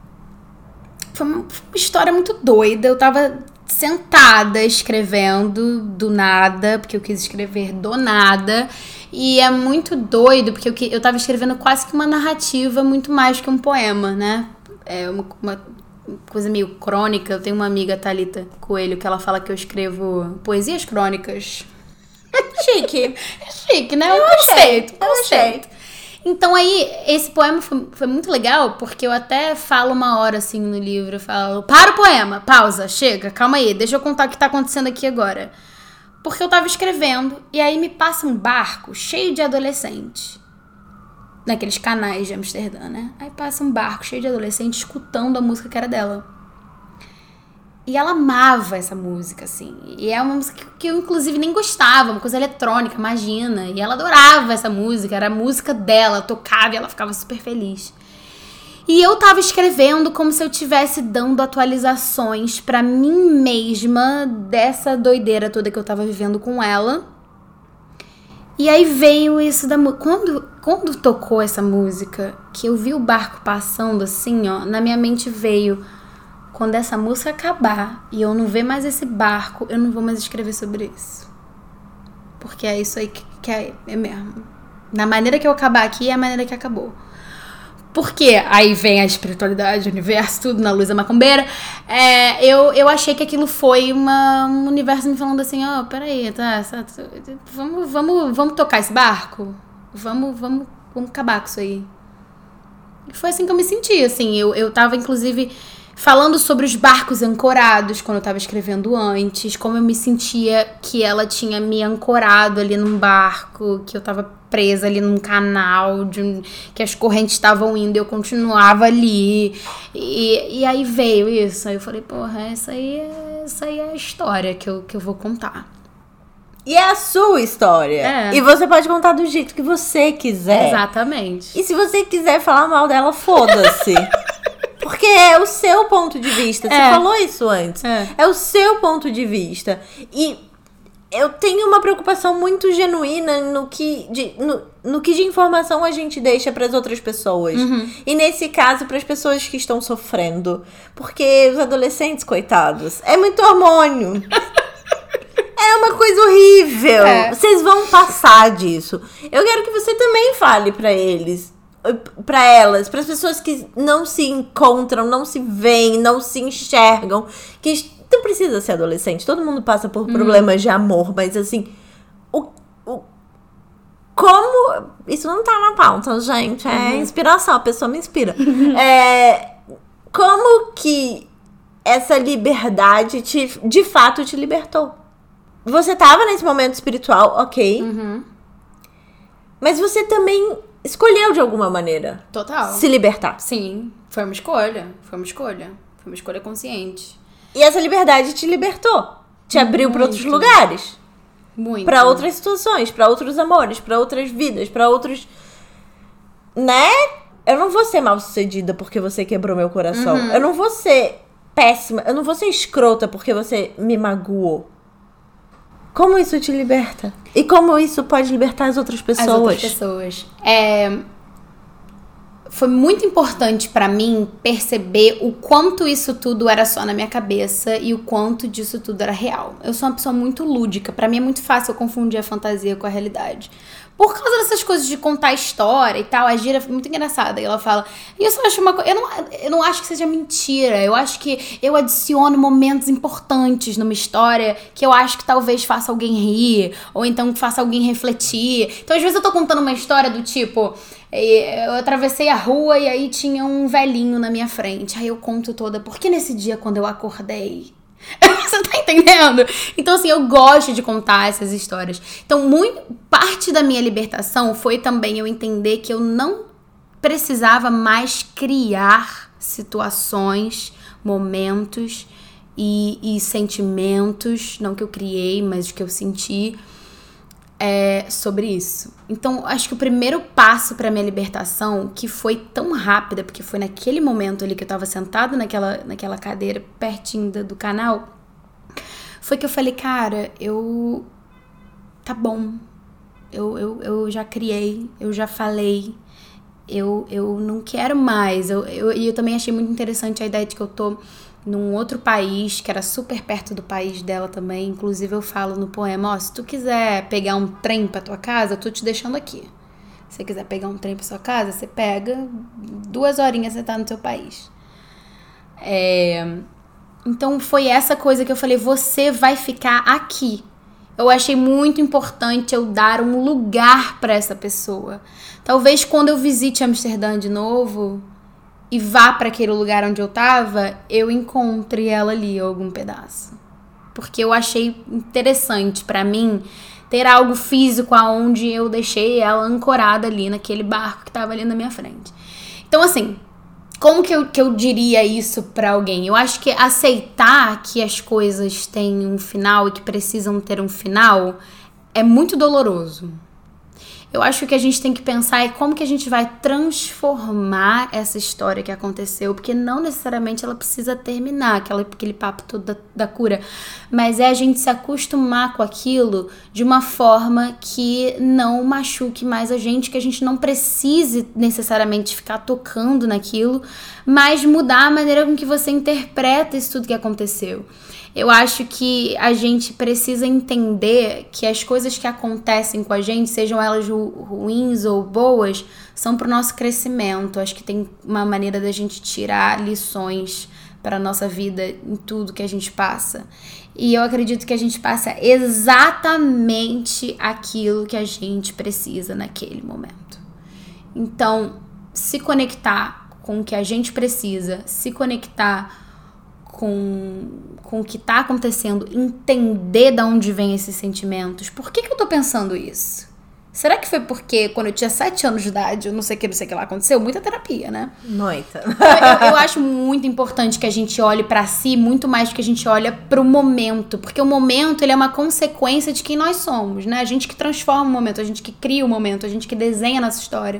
foi uma, foi uma história muito doida. Eu tava sentada escrevendo do nada, porque eu quis escrever do nada. E é muito doido, porque eu, que- eu tava escrevendo quase que uma narrativa, muito mais que um poema, né? É uma... uma coisa meio crônica. Eu tenho uma amiga, Thalita Coelho, que ela fala que eu escrevo poesias crônicas. chique. É chique, né? Eu Um achei, conceito, eu conceito. Então aí, esse poema foi, foi muito legal, porque eu até falo uma hora assim no livro, eu falo, para o poema, pausa, chega, calma aí, deixa eu contar o que tá acontecendo aqui agora. Porque eu tava escrevendo, e aí me passa um barco cheio de adolescente. Naqueles canais de Amsterdã, né? Aí passa um barco cheio de adolescente escutando a música que era dela. E ela amava essa música, assim. E é uma música que eu, inclusive, nem gostava. Uma coisa eletrônica, imagina. E ela adorava essa música. Era a música dela. Tocava e ela ficava super feliz. E eu tava escrevendo como se eu estivesse dando atualizações pra mim mesma dessa doideira toda que eu tava vivendo com ela. E aí veio isso da música. Quando, quando tocou essa música, que eu vi o barco passando assim, ó, na minha mente veio... Quando essa música acabar e eu não ver mais esse barco, eu não vou mais escrever sobre isso. Porque é isso aí que, que é, é mesmo. Na maneira que eu acabar aqui, é a maneira que acabou. Porque aí vem a espiritualidade, o universo, tudo na luz da macumbeira. É, eu, eu achei que aquilo foi uma, um universo me falando assim, ó, oh, peraí, tá, tá, vamos, vamos, vamos tocar esse barco? Vamos, vamos, vamos acabar com isso aí. E foi assim que eu me senti, assim. Eu, eu tava, inclusive... falando sobre os barcos ancorados, quando eu tava escrevendo antes, como eu me sentia que ela tinha me ancorado ali num barco, que eu tava presa ali num canal, de, que as correntes estavam indo e eu continuava ali. E, e aí veio isso, aí eu falei, porra, essa aí é, essa aí é a história que eu, que eu vou contar. E é a sua história. É. E você pode contar do jeito que você quiser. Exatamente. E se você quiser falar mal dela, foda-se. Porque é o seu ponto de vista. Você é. falou isso antes. É. é o seu ponto de vista. E eu tenho uma preocupação muito genuína no que de, no, no que de informação a gente deixa para as outras pessoas. Uhum. E nesse caso, para as pessoas que estão sofrendo. Porque os adolescentes, coitados, é muito hormônio. É uma coisa horrível. É. Vocês vão passar disso. Eu quero que você também fale para eles. Pra elas, para as pessoas que não se encontram, não se veem, não se enxergam, que não precisa ser adolescente, todo mundo passa por problemas hum. de amor, mas assim, o, o como isso não tá na pauta, gente, é uhum. inspiração, a pessoa me inspira. é, como que essa liberdade te, de fato te libertou? Você tava nesse momento espiritual, ok, uhum. mas você também escolheu de alguma maneira. Total. Se libertar. Sim. Foi uma escolha. Foi uma escolha. Foi uma escolha consciente. E essa liberdade te libertou. Te abriu para outros lugares. Muito. Para outras situações, para outros amores, para outras vidas, para outros... Né? Eu não vou ser mal sucedida porque você quebrou meu coração. Uhum. Eu não vou ser péssima. Eu não vou ser escrota porque você me magoou. Como isso te liberta? E como isso pode libertar as outras pessoas? As outras pessoas. É... Foi muito importante pra mim perceber o quanto isso tudo era só na minha cabeça e o quanto disso tudo era real. Eu sou uma pessoa muito lúdica. Pra mim é muito fácil eu confundir a fantasia com a realidade. Por causa dessas coisas de contar história e tal, a Gira é muito engraçada. E ela fala... E eu só acho uma coisa... Eu não, eu não acho que seja mentira. Eu acho que eu adiciono momentos importantes numa história que eu acho que talvez faça alguém rir. Ou então que faça alguém refletir. Então, às vezes, eu tô contando uma história do tipo... Eu atravessei a rua e aí tinha um velhinho na minha frente. Aí eu conto toda... Porque nesse dia, quando eu acordei... Você tá entendendo? Então, assim, eu gosto de contar essas histórias. Então, muito, parte da minha libertação foi também eu entender que eu não precisava mais criar situações, momentos e, e sentimentos, não que eu criei, mas que eu senti é, sobre isso. Então, acho que o primeiro passo pra minha libertação, que foi tão rápida, porque foi naquele momento ali que eu tava sentada naquela, naquela cadeira pertinho do canal, foi que eu falei, cara, eu... Tá bom. Eu, eu, eu já criei, eu já falei, eu, eu não quero mais. Eu, eu, e eu também achei muito interessante a ideia de que eu tô num outro país, que era super perto do país dela também. Inclusive, eu falo no poema, ó, se tu quiser pegar um trem pra tua casa, eu tô te deixando aqui. Se você quiser pegar um trem pra sua casa, você pega, duas horinhas você tá no teu país. É... Então, foi essa coisa que eu falei, você vai ficar aqui. Eu achei muito importante eu dar um lugar para essa pessoa. Talvez quando eu visite Amsterdã de novo e vá para aquele lugar onde eu tava, eu encontre ela ali, algum pedaço. Porque eu achei interessante para mim ter algo físico aonde eu deixei ela ancorada ali naquele barco que tava ali na minha frente. Então, assim, como que eu, que eu diria isso pra alguém? Eu acho que aceitar que as coisas têm um final e que precisam ter um final é muito doloroso. Eu acho que o que a gente tem que pensar é como que a gente vai transformar essa história que aconteceu, porque não necessariamente ela precisa terminar, aquela, aquele papo todo da, da cura, mas é a gente se acostumar com aquilo de uma forma que não machuque mais a gente, que a gente não precise necessariamente ficar tocando naquilo, mas mudar a maneira com que você interpreta isso tudo que aconteceu. Eu acho que a gente precisa entender que as coisas que acontecem com a gente, sejam elas ru- ruins ou boas, são pro nosso crescimento. Acho que tem uma maneira da gente tirar lições para a nossa vida em tudo que a gente passa. E eu acredito que a gente passa exatamente aquilo que a gente precisa naquele momento. Então, se conectar com o que a gente precisa, se conectar com, com o que tá acontecendo, entender de onde vem esses sentimentos. Por que que eu tô pensando isso? Será que foi porque quando eu tinha sete anos de idade, eu não sei o que, não sei o que lá aconteceu? Muita terapia, né? Noita. Eu, eu acho muito importante que a gente olhe pra si muito mais do que a gente olha pro momento. Porque o momento, ele é uma consequência de quem nós somos, né? A gente que transforma o momento, a gente que cria o momento, a gente que desenha a nossa história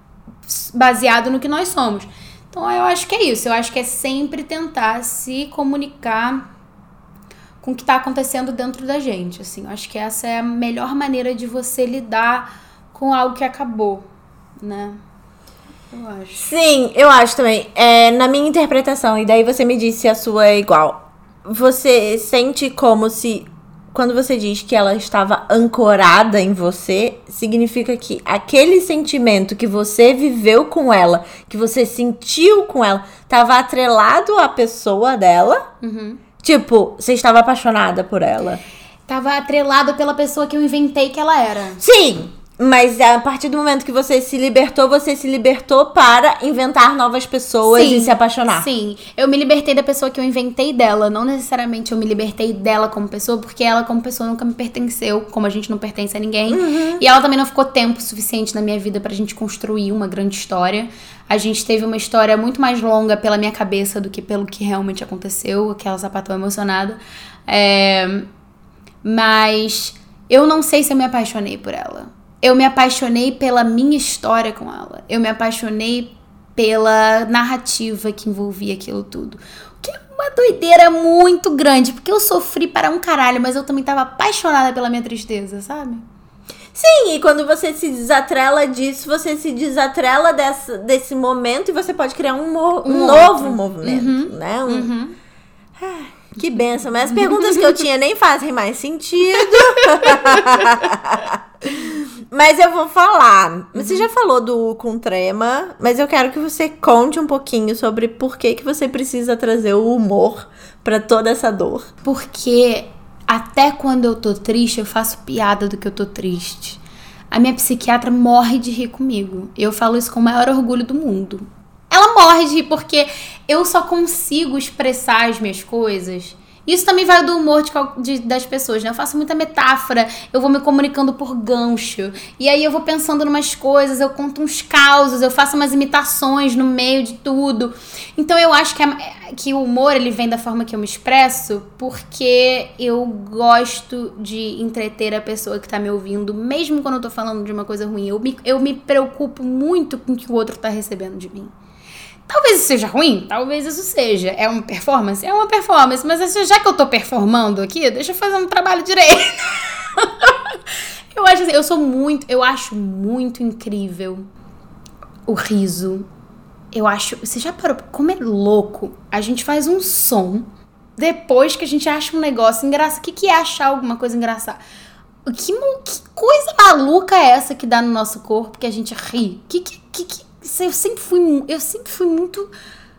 baseado no que nós somos. Então, eu acho que é isso. Eu acho que é sempre tentar se comunicar com o que está acontecendo dentro da gente, assim. Eu acho que essa é a melhor maneira de você lidar com algo que acabou, né? Eu acho. Sim, eu acho também. É, na minha interpretação, e daí você me disse se a sua é igual. Você sente como se, quando você diz que ela estava ancorada em você, significa que aquele sentimento que você viveu com ela, que você sentiu com ela, estava atrelado à pessoa dela? Uhum. Tipo, você estava apaixonada por ela? Tava atrelada pela pessoa que eu inventei que ela era. Sim! Mas a partir do momento que você se libertou, você se libertou para inventar novas pessoas Sim, e se apaixonar. Sim, eu me libertei da pessoa que eu inventei dela. Não necessariamente eu me libertei dela como pessoa, porque ela como pessoa nunca me pertenceu, como a gente não pertence a ninguém. Uhum. E ela também não ficou tempo suficiente na minha vida pra gente construir uma grande história. A gente teve uma história muito mais longa pela minha cabeça do que pelo que realmente aconteceu, aquela sapatão emocionada. É... Mas eu não sei se eu me apaixonei por ela. Eu me apaixonei pela minha história com ela. Eu me apaixonei pela narrativa que envolvia aquilo tudo. O que é uma doideira muito grande, porque eu sofri para um caralho, mas eu também tava apaixonada pela minha tristeza, sabe? Sim, e quando você se desatrela disso, você se desatrela dessa, desse momento e você pode criar um, mo- um Um novo outro. movimento, Uhum. né? Um... Uhum. Ah, que benção. Mas as perguntas que eu tinha nem fazem mais sentido. Mas eu vou falar. Você já falou do Com Trema, mas eu quero que você conte um pouquinho sobre por que, que você precisa trazer o humor pra toda essa dor. Porque até quando eu tô triste, eu faço piada do que eu tô triste. A minha psiquiatra morre de rir comigo. Eu falo isso com o maior orgulho do mundo. Ela morre de rir porque eu só consigo expressar as minhas coisas. Isso também vai do humor de, de, das pessoas, né? Eu faço muita metáfora, eu vou me comunicando por gancho. E aí eu vou pensando em umas coisas, eu conto uns causos, eu faço umas imitações no meio de tudo. Então eu acho que, a, que o humor, ele vem da forma que eu me expresso, porque eu gosto de entreter a pessoa que tá me ouvindo, mesmo quando eu tô falando de uma coisa ruim. Eu me, eu me preocupo muito com o que o outro tá recebendo de mim. Talvez isso seja ruim, talvez isso seja. É uma performance? É uma performance. Mas já que eu tô performando aqui, deixa eu fazer um trabalho direito. Eu acho assim, eu sou muito, eu acho muito incrível o riso. Eu acho, você já parou, como é louco, a gente faz um som depois que a gente acha um negócio engraçado. O que, que é achar alguma coisa engraçada? Que, que coisa maluca é essa que dá no nosso corpo que a gente ri? Que, que, que, que Eu sempre fui, eu sempre fui muito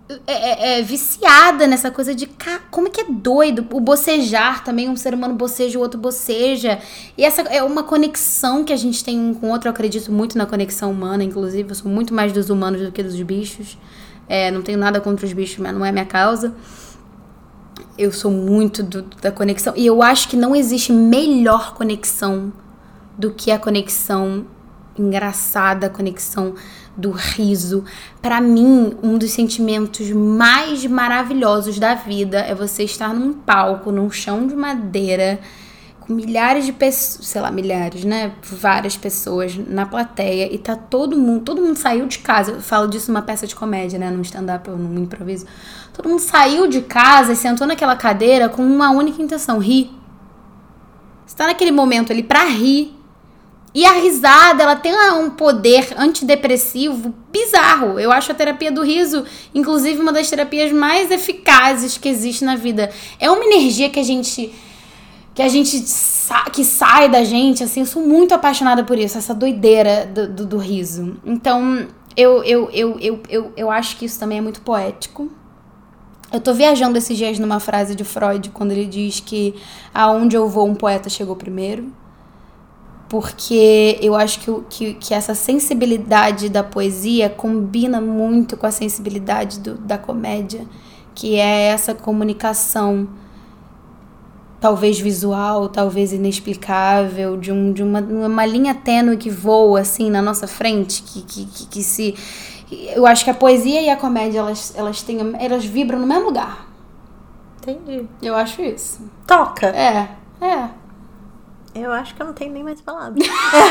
é, é, é viciada nessa coisa de como é que é doido. O bocejar também, um ser humano boceja, o outro boceja. E essa é uma conexão que a gente tem um com o outro. Eu acredito muito na conexão humana, inclusive. Eu sou muito mais dos humanos do que dos bichos. É, não tenho nada contra os bichos, mas não é minha causa. Eu sou muito do, da conexão. E eu acho que não existe melhor conexão do que a conexão engraçada, a conexão do riso. Pra mim, um dos sentimentos mais maravilhosos da vida é você estar num palco, num chão de madeira, com milhares de pessoas, sei lá, milhares, né? Várias pessoas na plateia e tá todo mundo, todo mundo saiu de casa. Eu falo disso numa peça de comédia, né? Num stand-up ou num improviso. Todo mundo saiu de casa e sentou naquela cadeira com uma única intenção, rir. Você tá naquele momento ali pra rir. E a risada, ela tem um poder antidepressivo bizarro. Eu acho a terapia do riso, inclusive, uma das terapias mais eficazes que existe na vida. É uma energia que a gente... que a gente... que sai da gente, assim. Eu sou muito apaixonada por isso, essa doideira do, do, do riso. Então, eu, eu, eu, eu, eu, eu acho que isso também é muito poético. Eu tô viajando esses dias numa frase de Freud, quando ele diz que aonde eu vou, um poeta chegou primeiro. Porque eu acho que, que, que essa sensibilidade da poesia combina muito com a sensibilidade do, da comédia, que é essa comunicação, talvez visual, talvez inexplicável, de, um, de uma, uma linha tênue que voa assim na nossa frente, que, que, que, que se... Eu acho que a poesia e a comédia, elas, elas, têm, elas vibram no mesmo lugar. Entendi. Eu acho isso. Toca. É, é. Eu acho que eu não tenho nem mais palavras.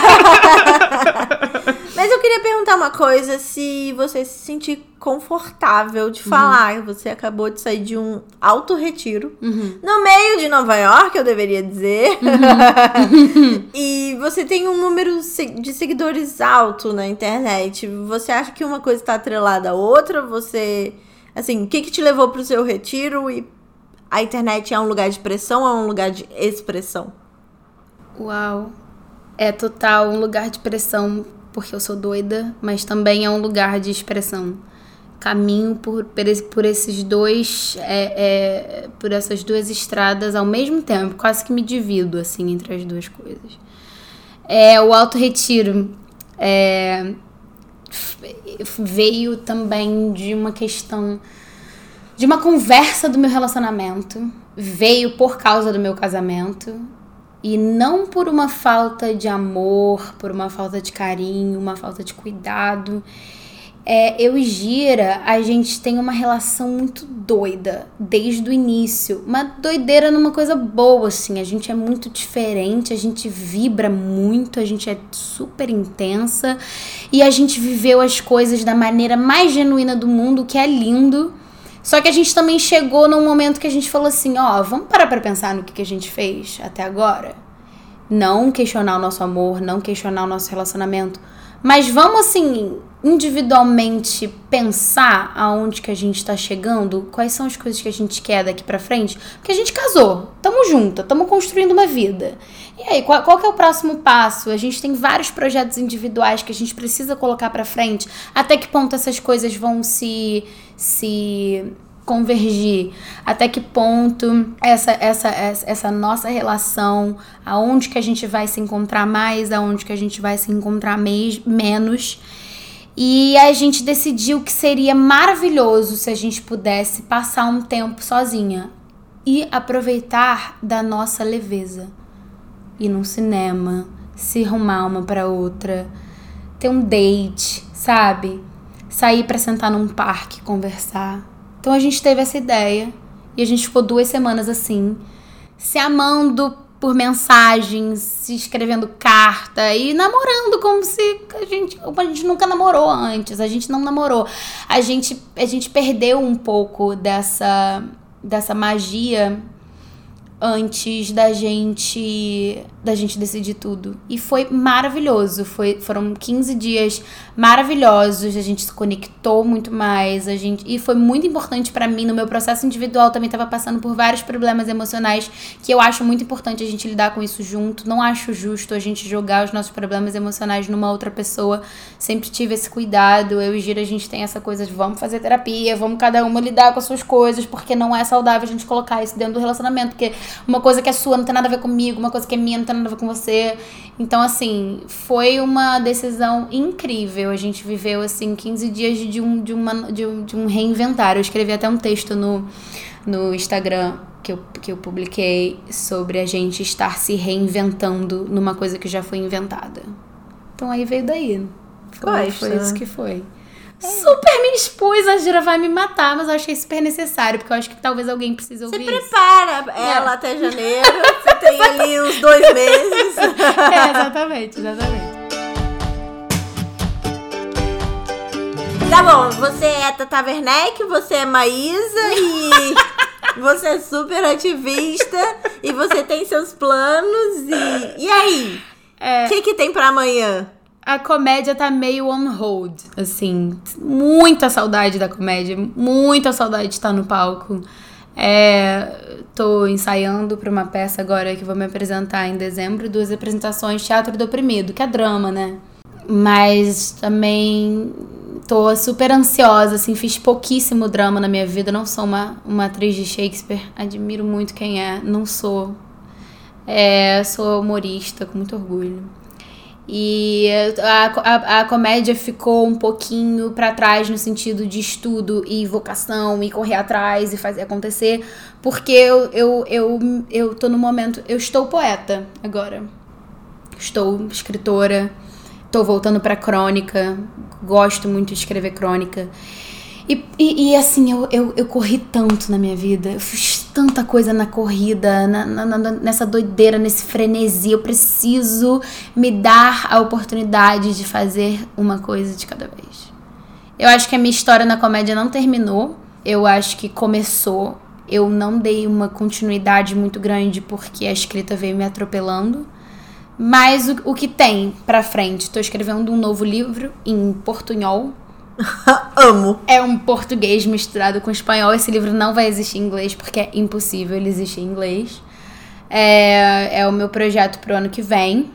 Mas eu queria perguntar uma coisa, se você se sentir confortável de falar. Uhum. Você acabou de sair de um alto retiro. Uhum. No meio de Nova York, eu deveria dizer. Uhum. E você tem um número de seguidores alto na internet. Você acha que uma coisa está atrelada à outra? Você... Assim, o que, que te levou para o seu retiro? E a internet é um lugar de pressão ou é um lugar de expressão? Uau, é total um lugar de pressão, porque eu sou doida, mas também é um lugar de expressão. Caminho por, por esses dois, é, é, por essas duas estradas ao mesmo tempo, quase que me divido, assim, entre as duas coisas. É, o Alto Retiro é, veio também de uma questão, de uma conversa do meu relacionamento, veio por causa do meu casamento. E não por uma falta de amor, por uma falta de carinho, uma falta de cuidado. É, eu e Gira, a gente tem uma relação muito doida desde o início. Uma doideira numa coisa boa, assim. A gente é muito diferente, a gente vibra muito, a gente é super intensa. E a gente viveu as coisas da maneira mais genuína do mundo, que é lindo. Só que a gente também chegou num momento que a gente falou assim, ó, vamos parar pra pensar no que, que a gente fez até agora? Não questionar o nosso amor, não questionar o nosso relacionamento, mas vamos, assim, individualmente pensar aonde que a gente tá chegando, quais são as coisas que a gente quer daqui pra frente, porque a gente casou, tamo junto, tamo construindo uma vida. E aí, qual, qual que é o próximo passo? A gente tem vários projetos individuais que a gente precisa colocar pra frente. Até que ponto essas coisas vão se, se convergir? Até que ponto essa, essa, essa, essa nossa relação, aonde que a gente vai se encontrar mais, aonde que a gente vai se encontrar me- menos. E a gente decidiu que seria maravilhoso se a gente pudesse passar um tempo sozinha e aproveitar da nossa leveza. Ir num cinema, se arrumar uma pra outra, ter um date, sabe? Sair pra sentar num parque, conversar. Então a gente teve essa ideia e a gente ficou duas semanas assim, se amando por mensagens, se escrevendo carta e namorando como se a gente, a gente nunca namorou antes. A gente não namorou. A gente, a gente perdeu um pouco dessa, dessa magia antes da gente da gente decidir tudo. E foi maravilhoso. Foi, foram quinze dias maravilhosos. A gente se conectou muito mais. A gente, e foi muito importante pra mim. No meu processo individual, também tava passando por vários problemas emocionais que eu acho muito importante a gente lidar com isso junto. Não acho justo a gente jogar os nossos problemas emocionais numa outra pessoa. Sempre tive esse cuidado. Eu e Gira, a gente tem essa coisa de vamos fazer terapia, vamos cada uma lidar com as suas coisas, porque não é saudável a gente colocar isso dentro do relacionamento. Porque uma coisa que é sua não tem nada a ver comigo, uma coisa que é minha não tem nada a ver com você. Então, assim, foi uma decisão incrível. A gente viveu, assim, quinze dias de um, de uma, de um, de um reinventar. Eu escrevi até um texto no, no Instagram que eu, que eu publiquei sobre a gente estar se reinventando numa coisa que já foi inventada. Então, aí veio daí. Foi, foi isso que foi. Super me expus, a Gira vai me matar, mas eu achei super necessário, porque eu acho que talvez alguém precise ouvir você isso. Você prepara ela é. até janeiro, você tem ali uns dois meses. É, exatamente, exatamente. Tá bom, você é Tata Werneck, você é Maísa e você é super ativista e você tem seus planos e... E aí? O é... que que tem pra amanhã? A comédia tá meio on hold, assim, muita saudade da comédia, muita saudade de estar no palco. É, tô ensaiando pra uma peça agora que vou me apresentar em dezembro, duas apresentações, Teatro do Oprimido, que é drama, né? Mas também tô super ansiosa, assim, fiz pouquíssimo drama na minha vida, não sou uma, uma atriz de Shakespeare, admiro muito quem é, não sou. É, sou humorista, com muito orgulho. E a, a, a comédia ficou um pouquinho pra trás no sentido de estudo e vocação e correr atrás e fazer acontecer, porque eu, eu, eu, eu tô no momento, eu estou poeta agora, estou escritora, tô voltando pra crônica, gosto muito de escrever crônica. E, e, e assim, eu, eu, eu corri tanto na minha vida, eu fiz tanta coisa na corrida, na, na, na, nessa doideira, nesse frenesi. Eu preciso me dar a oportunidade de fazer uma coisa de cada vez. Eu acho que a minha história na comédia não terminou, eu acho que começou. Eu não dei uma continuidade muito grande porque a escrita veio me atropelando. Mas o, o que tem pra frente? Tô escrevendo um novo livro em portunhol. Amo. É um português misturado com espanhol. Esse livro não vai existir em inglês porque é impossível ele existir em inglês. É, é o meu projeto pro ano que vem.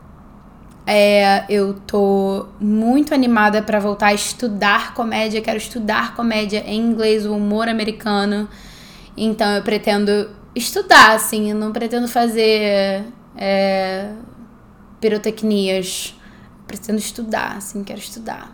É, eu tô muito animada pra voltar a estudar comédia. Quero estudar comédia em inglês, o humor americano. Então eu pretendo estudar, assim. Eu não pretendo fazer é, pirotecnias. Eu pretendo estudar, assim. Quero estudar.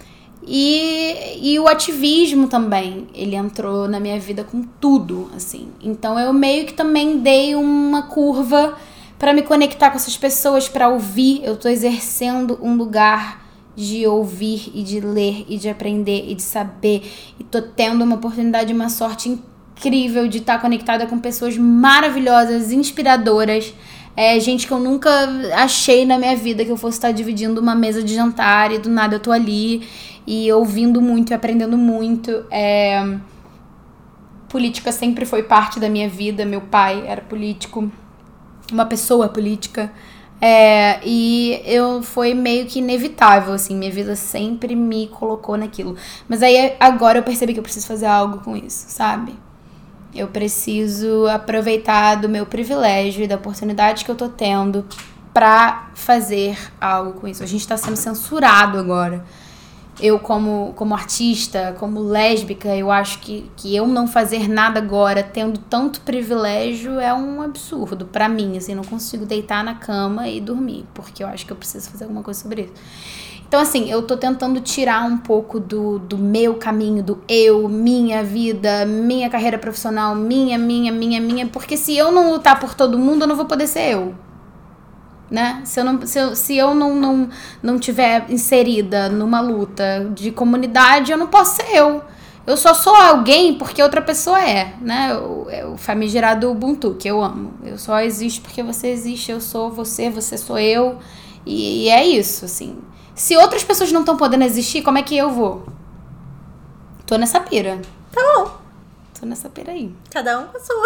E, e o ativismo também, ele entrou na minha vida com tudo, assim. Então eu meio que também dei uma curva pra me conectar com essas pessoas, pra ouvir. Eu tô exercendo um lugar de ouvir e de ler e de aprender e de saber. E tô tendo uma oportunidade, uma sorte incrível de estar conectada com pessoas maravilhosas, inspiradoras. É, gente que eu nunca achei na minha vida que eu fosse estar dividindo uma mesa de jantar e do nada eu tô ali e ouvindo muito e aprendendo muito. É, política sempre foi parte da minha vida, meu pai era político, uma pessoa política, é, e eu foi meio que inevitável, assim, minha vida sempre me colocou naquilo. Mas aí agora eu percebi que eu preciso fazer algo com isso, sabe? Eu preciso aproveitar do meu privilégio e da oportunidade que eu tô tendo pra fazer algo com isso. A gente tá sendo censurado agora. Eu, como, como artista, como lésbica, eu acho que, que eu não fazer nada agora, tendo tanto privilégio, é um absurdo pra mim. Assim, não consigo deitar na cama e dormir, porque eu acho que eu preciso fazer alguma coisa sobre isso. Então, assim, eu tô tentando tirar um pouco do, do meu caminho, do eu, minha vida, minha carreira profissional, minha, minha, minha, minha, porque se eu não lutar por todo mundo, eu não vou poder ser eu, né? Se eu não, se eu, se eu não, não, não tiver inserida numa luta de comunidade, eu não posso ser eu. Eu só sou alguém porque outra pessoa é, né? O, o famigerado Ubuntu, que eu amo. Eu só existo porque você existe, eu sou você, você sou eu, e, e é isso, assim. Se outras pessoas não estão podendo existir, como é que eu vou? Tô nessa pira. Tá bom. tô nessa pera aí. Cada um com a sua.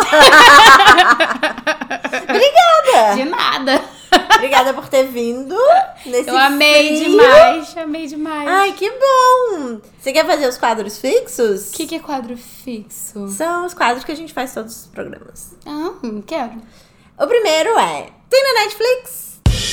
Obrigada! De nada. Obrigada por ter vindo nesse Eu amei frio. demais, amei demais. Ai, que bom! Você quer fazer os quadros fixos? O que, que é quadro fixo? São os quadros que a gente faz todos os programas. Ah, quero. O primeiro é... Tem na Netflix?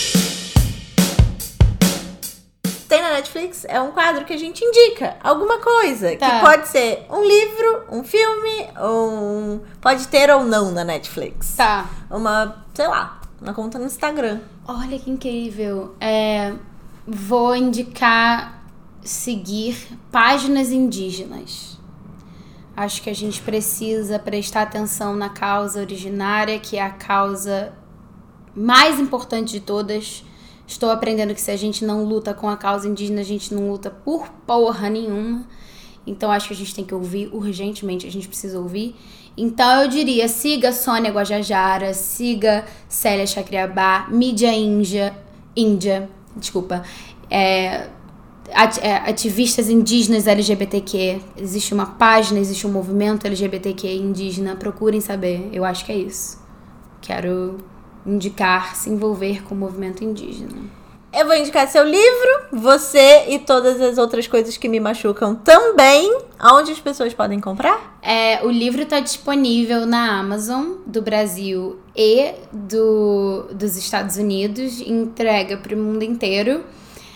Tem na Netflix é um quadro que a gente indica alguma coisa. Tá. Que pode ser um livro, um filme, um... Pode ter ou não na Netflix. Tá. Uma, sei lá, uma conta no Instagram. Olha que incrível. É, vou indicar seguir páginas indígenas. Acho que a gente precisa prestar atenção na causa originária, que é a causa mais importante de todas. Estou aprendendo que se a gente não luta com a causa indígena, a gente não luta por porra nenhuma. Então acho que a gente tem que ouvir urgentemente, a gente precisa ouvir. Então eu diria, siga Sônia Guajajara, siga Célia Chacriabá, Mídia Índia, Índia, desculpa, é, at, é, ativistas indígenas L G B T Q. Existe uma página, existe um movimento L G B T Q indígena, procurem saber, eu acho que é isso. Quero indicar, se envolver com o movimento indígena. Eu vou indicar seu livro, você e todas as outras coisas que me machucam também. Aonde as pessoas podem comprar? É, o livro está disponível na Amazon do Brasil e do, dos Estados Unidos, entrega para o mundo inteiro.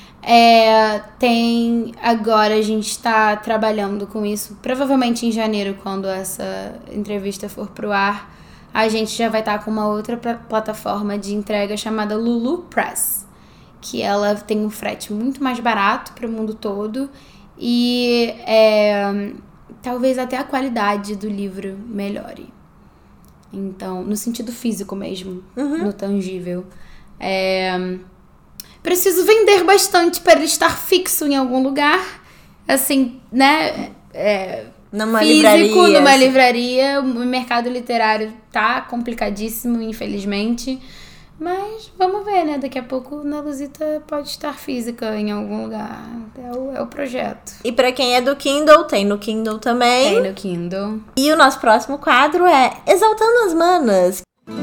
É, tem agora a gente está trabalhando com isso, provavelmente em janeiro, quando essa entrevista for pro ar, a gente já vai estar tá com uma outra pl- plataforma de entrega chamada Lulu Press, que ela tem um frete muito mais barato para o mundo todo e é, talvez até a qualidade do livro melhore. Então, no sentido físico mesmo, uhum. no tangível. É, preciso vender bastante para ele estar fixo em algum lugar, assim, né? É, numa físico, livraria. numa livraria. O mercado literário tá complicadíssimo, infelizmente. Mas vamos ver, né? Daqui a pouco Na Luzita pode estar física em algum lugar. É o, é o projeto. E pra quem é do Kindle, tem no Kindle também. Tem no Kindle. E o nosso próximo quadro é Exaltando as Manas.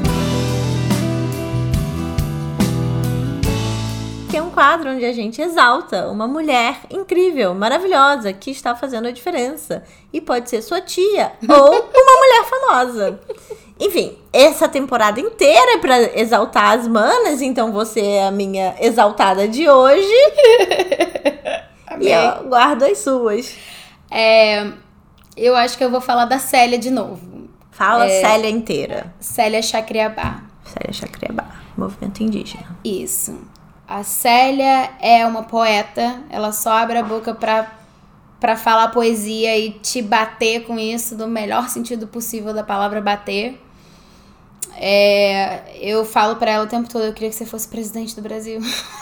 Que é um quadro onde a gente exalta uma mulher incrível, maravilhosa, que está fazendo a diferença. E pode ser sua tia ou uma mulher famosa. Enfim, essa temporada inteira é pra exaltar as manas, então você é a minha exaltada de hoje. E eu guardo as suas. É, eu acho que eu vou falar da Célia de novo. Fala é, Célia inteira. Célia Chacriabá. Célia Chacriabá, movimento indígena. Isso. A Célia é uma poeta, ela só abre a boca pra, pra falar poesia e te bater com isso do melhor sentido possível da palavra bater. É, eu falo pra ela o tempo todo, eu queria que você fosse presidente do Brasil.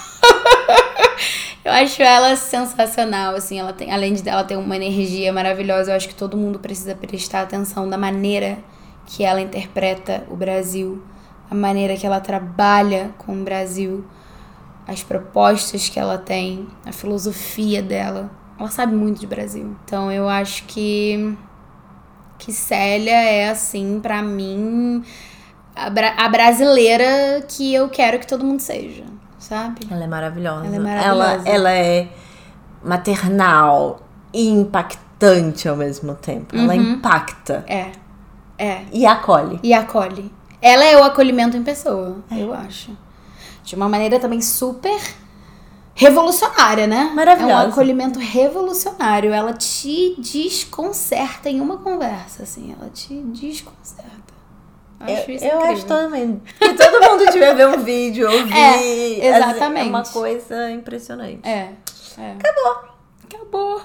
Eu acho ela sensacional, assim, ela tem, além de ela ter uma energia maravilhosa, eu acho que todo mundo precisa prestar atenção da maneira que ela interpreta o Brasil, a maneira que ela trabalha com o Brasil, as propostas que ela tem, a filosofia dela. Ela sabe muito de Brasil. Então eu acho que que Célia é, assim, pra mim, a, bra- a brasileira que eu quero que todo mundo seja, sabe? Ela é maravilhosa. Ela é maravilhosa. Ela, ela é maternal e impactante ao mesmo tempo. Ela Uhum. impacta. É, é. E acolhe. E acolhe. Ela é o acolhimento em pessoa, eu acho. De uma maneira também super revolucionária, né? Maravilhosa. É um acolhimento revolucionário. Ela te desconcerta em uma conversa, assim. Ela te desconcerta. Acho Eu, isso eu incrível. acho também. Que todo mundo tiver ver um vídeo, ouvir. É, exatamente. É uma coisa impressionante. É. é. Acabou. Acabou.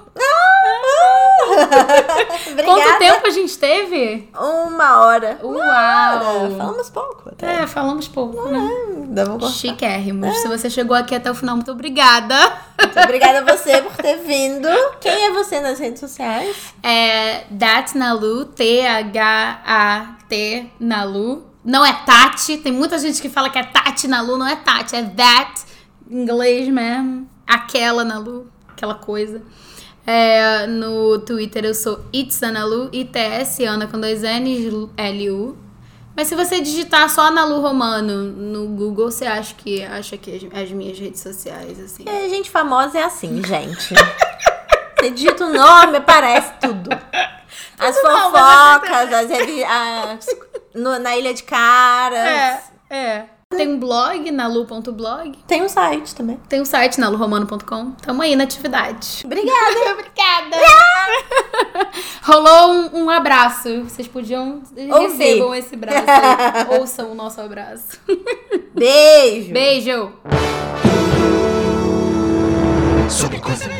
Obrigada. Quanto tempo a gente teve? Uma hora. Uau! Uma hora. Falamos pouco até. É, falamos pouco, né? Ainda vou cortar. Chiquérrimos. Se você chegou aqui até o final, muito obrigada. Muito obrigada a você por ter vindo. Quem é você nas redes sociais? É That Nalu, T H A T Nalu. Não é Tati. Tem muita gente que fala que é Tati Nalu. Não é Tati, é That. Em inglês mesmo. Aquela Nalu. Aquela coisa. É, no Twitter eu sou itsanalu, I T S, Ana com dois N's, L U. Mas se você digitar só Analu Romano no Google, você acha que, acha que as, as minhas redes sociais, assim. É, gente famosa é assim, gente. Você digita o nome, aparece tudo. As Tudo não, fofocas, as revi- as, no, na Ilha de Caras. É, é. Tem um blog, nalu ponto blog. Tem um site também. Tem um site, nalu romano ponto com. Tamo aí na atividade. Obrigada. Obrigada. Rolou um, um abraço. Vocês podiam... Ouvir. Recebam esse abraço aí. Ouçam o nosso abraço. Beijo. Beijo. Sobre coisa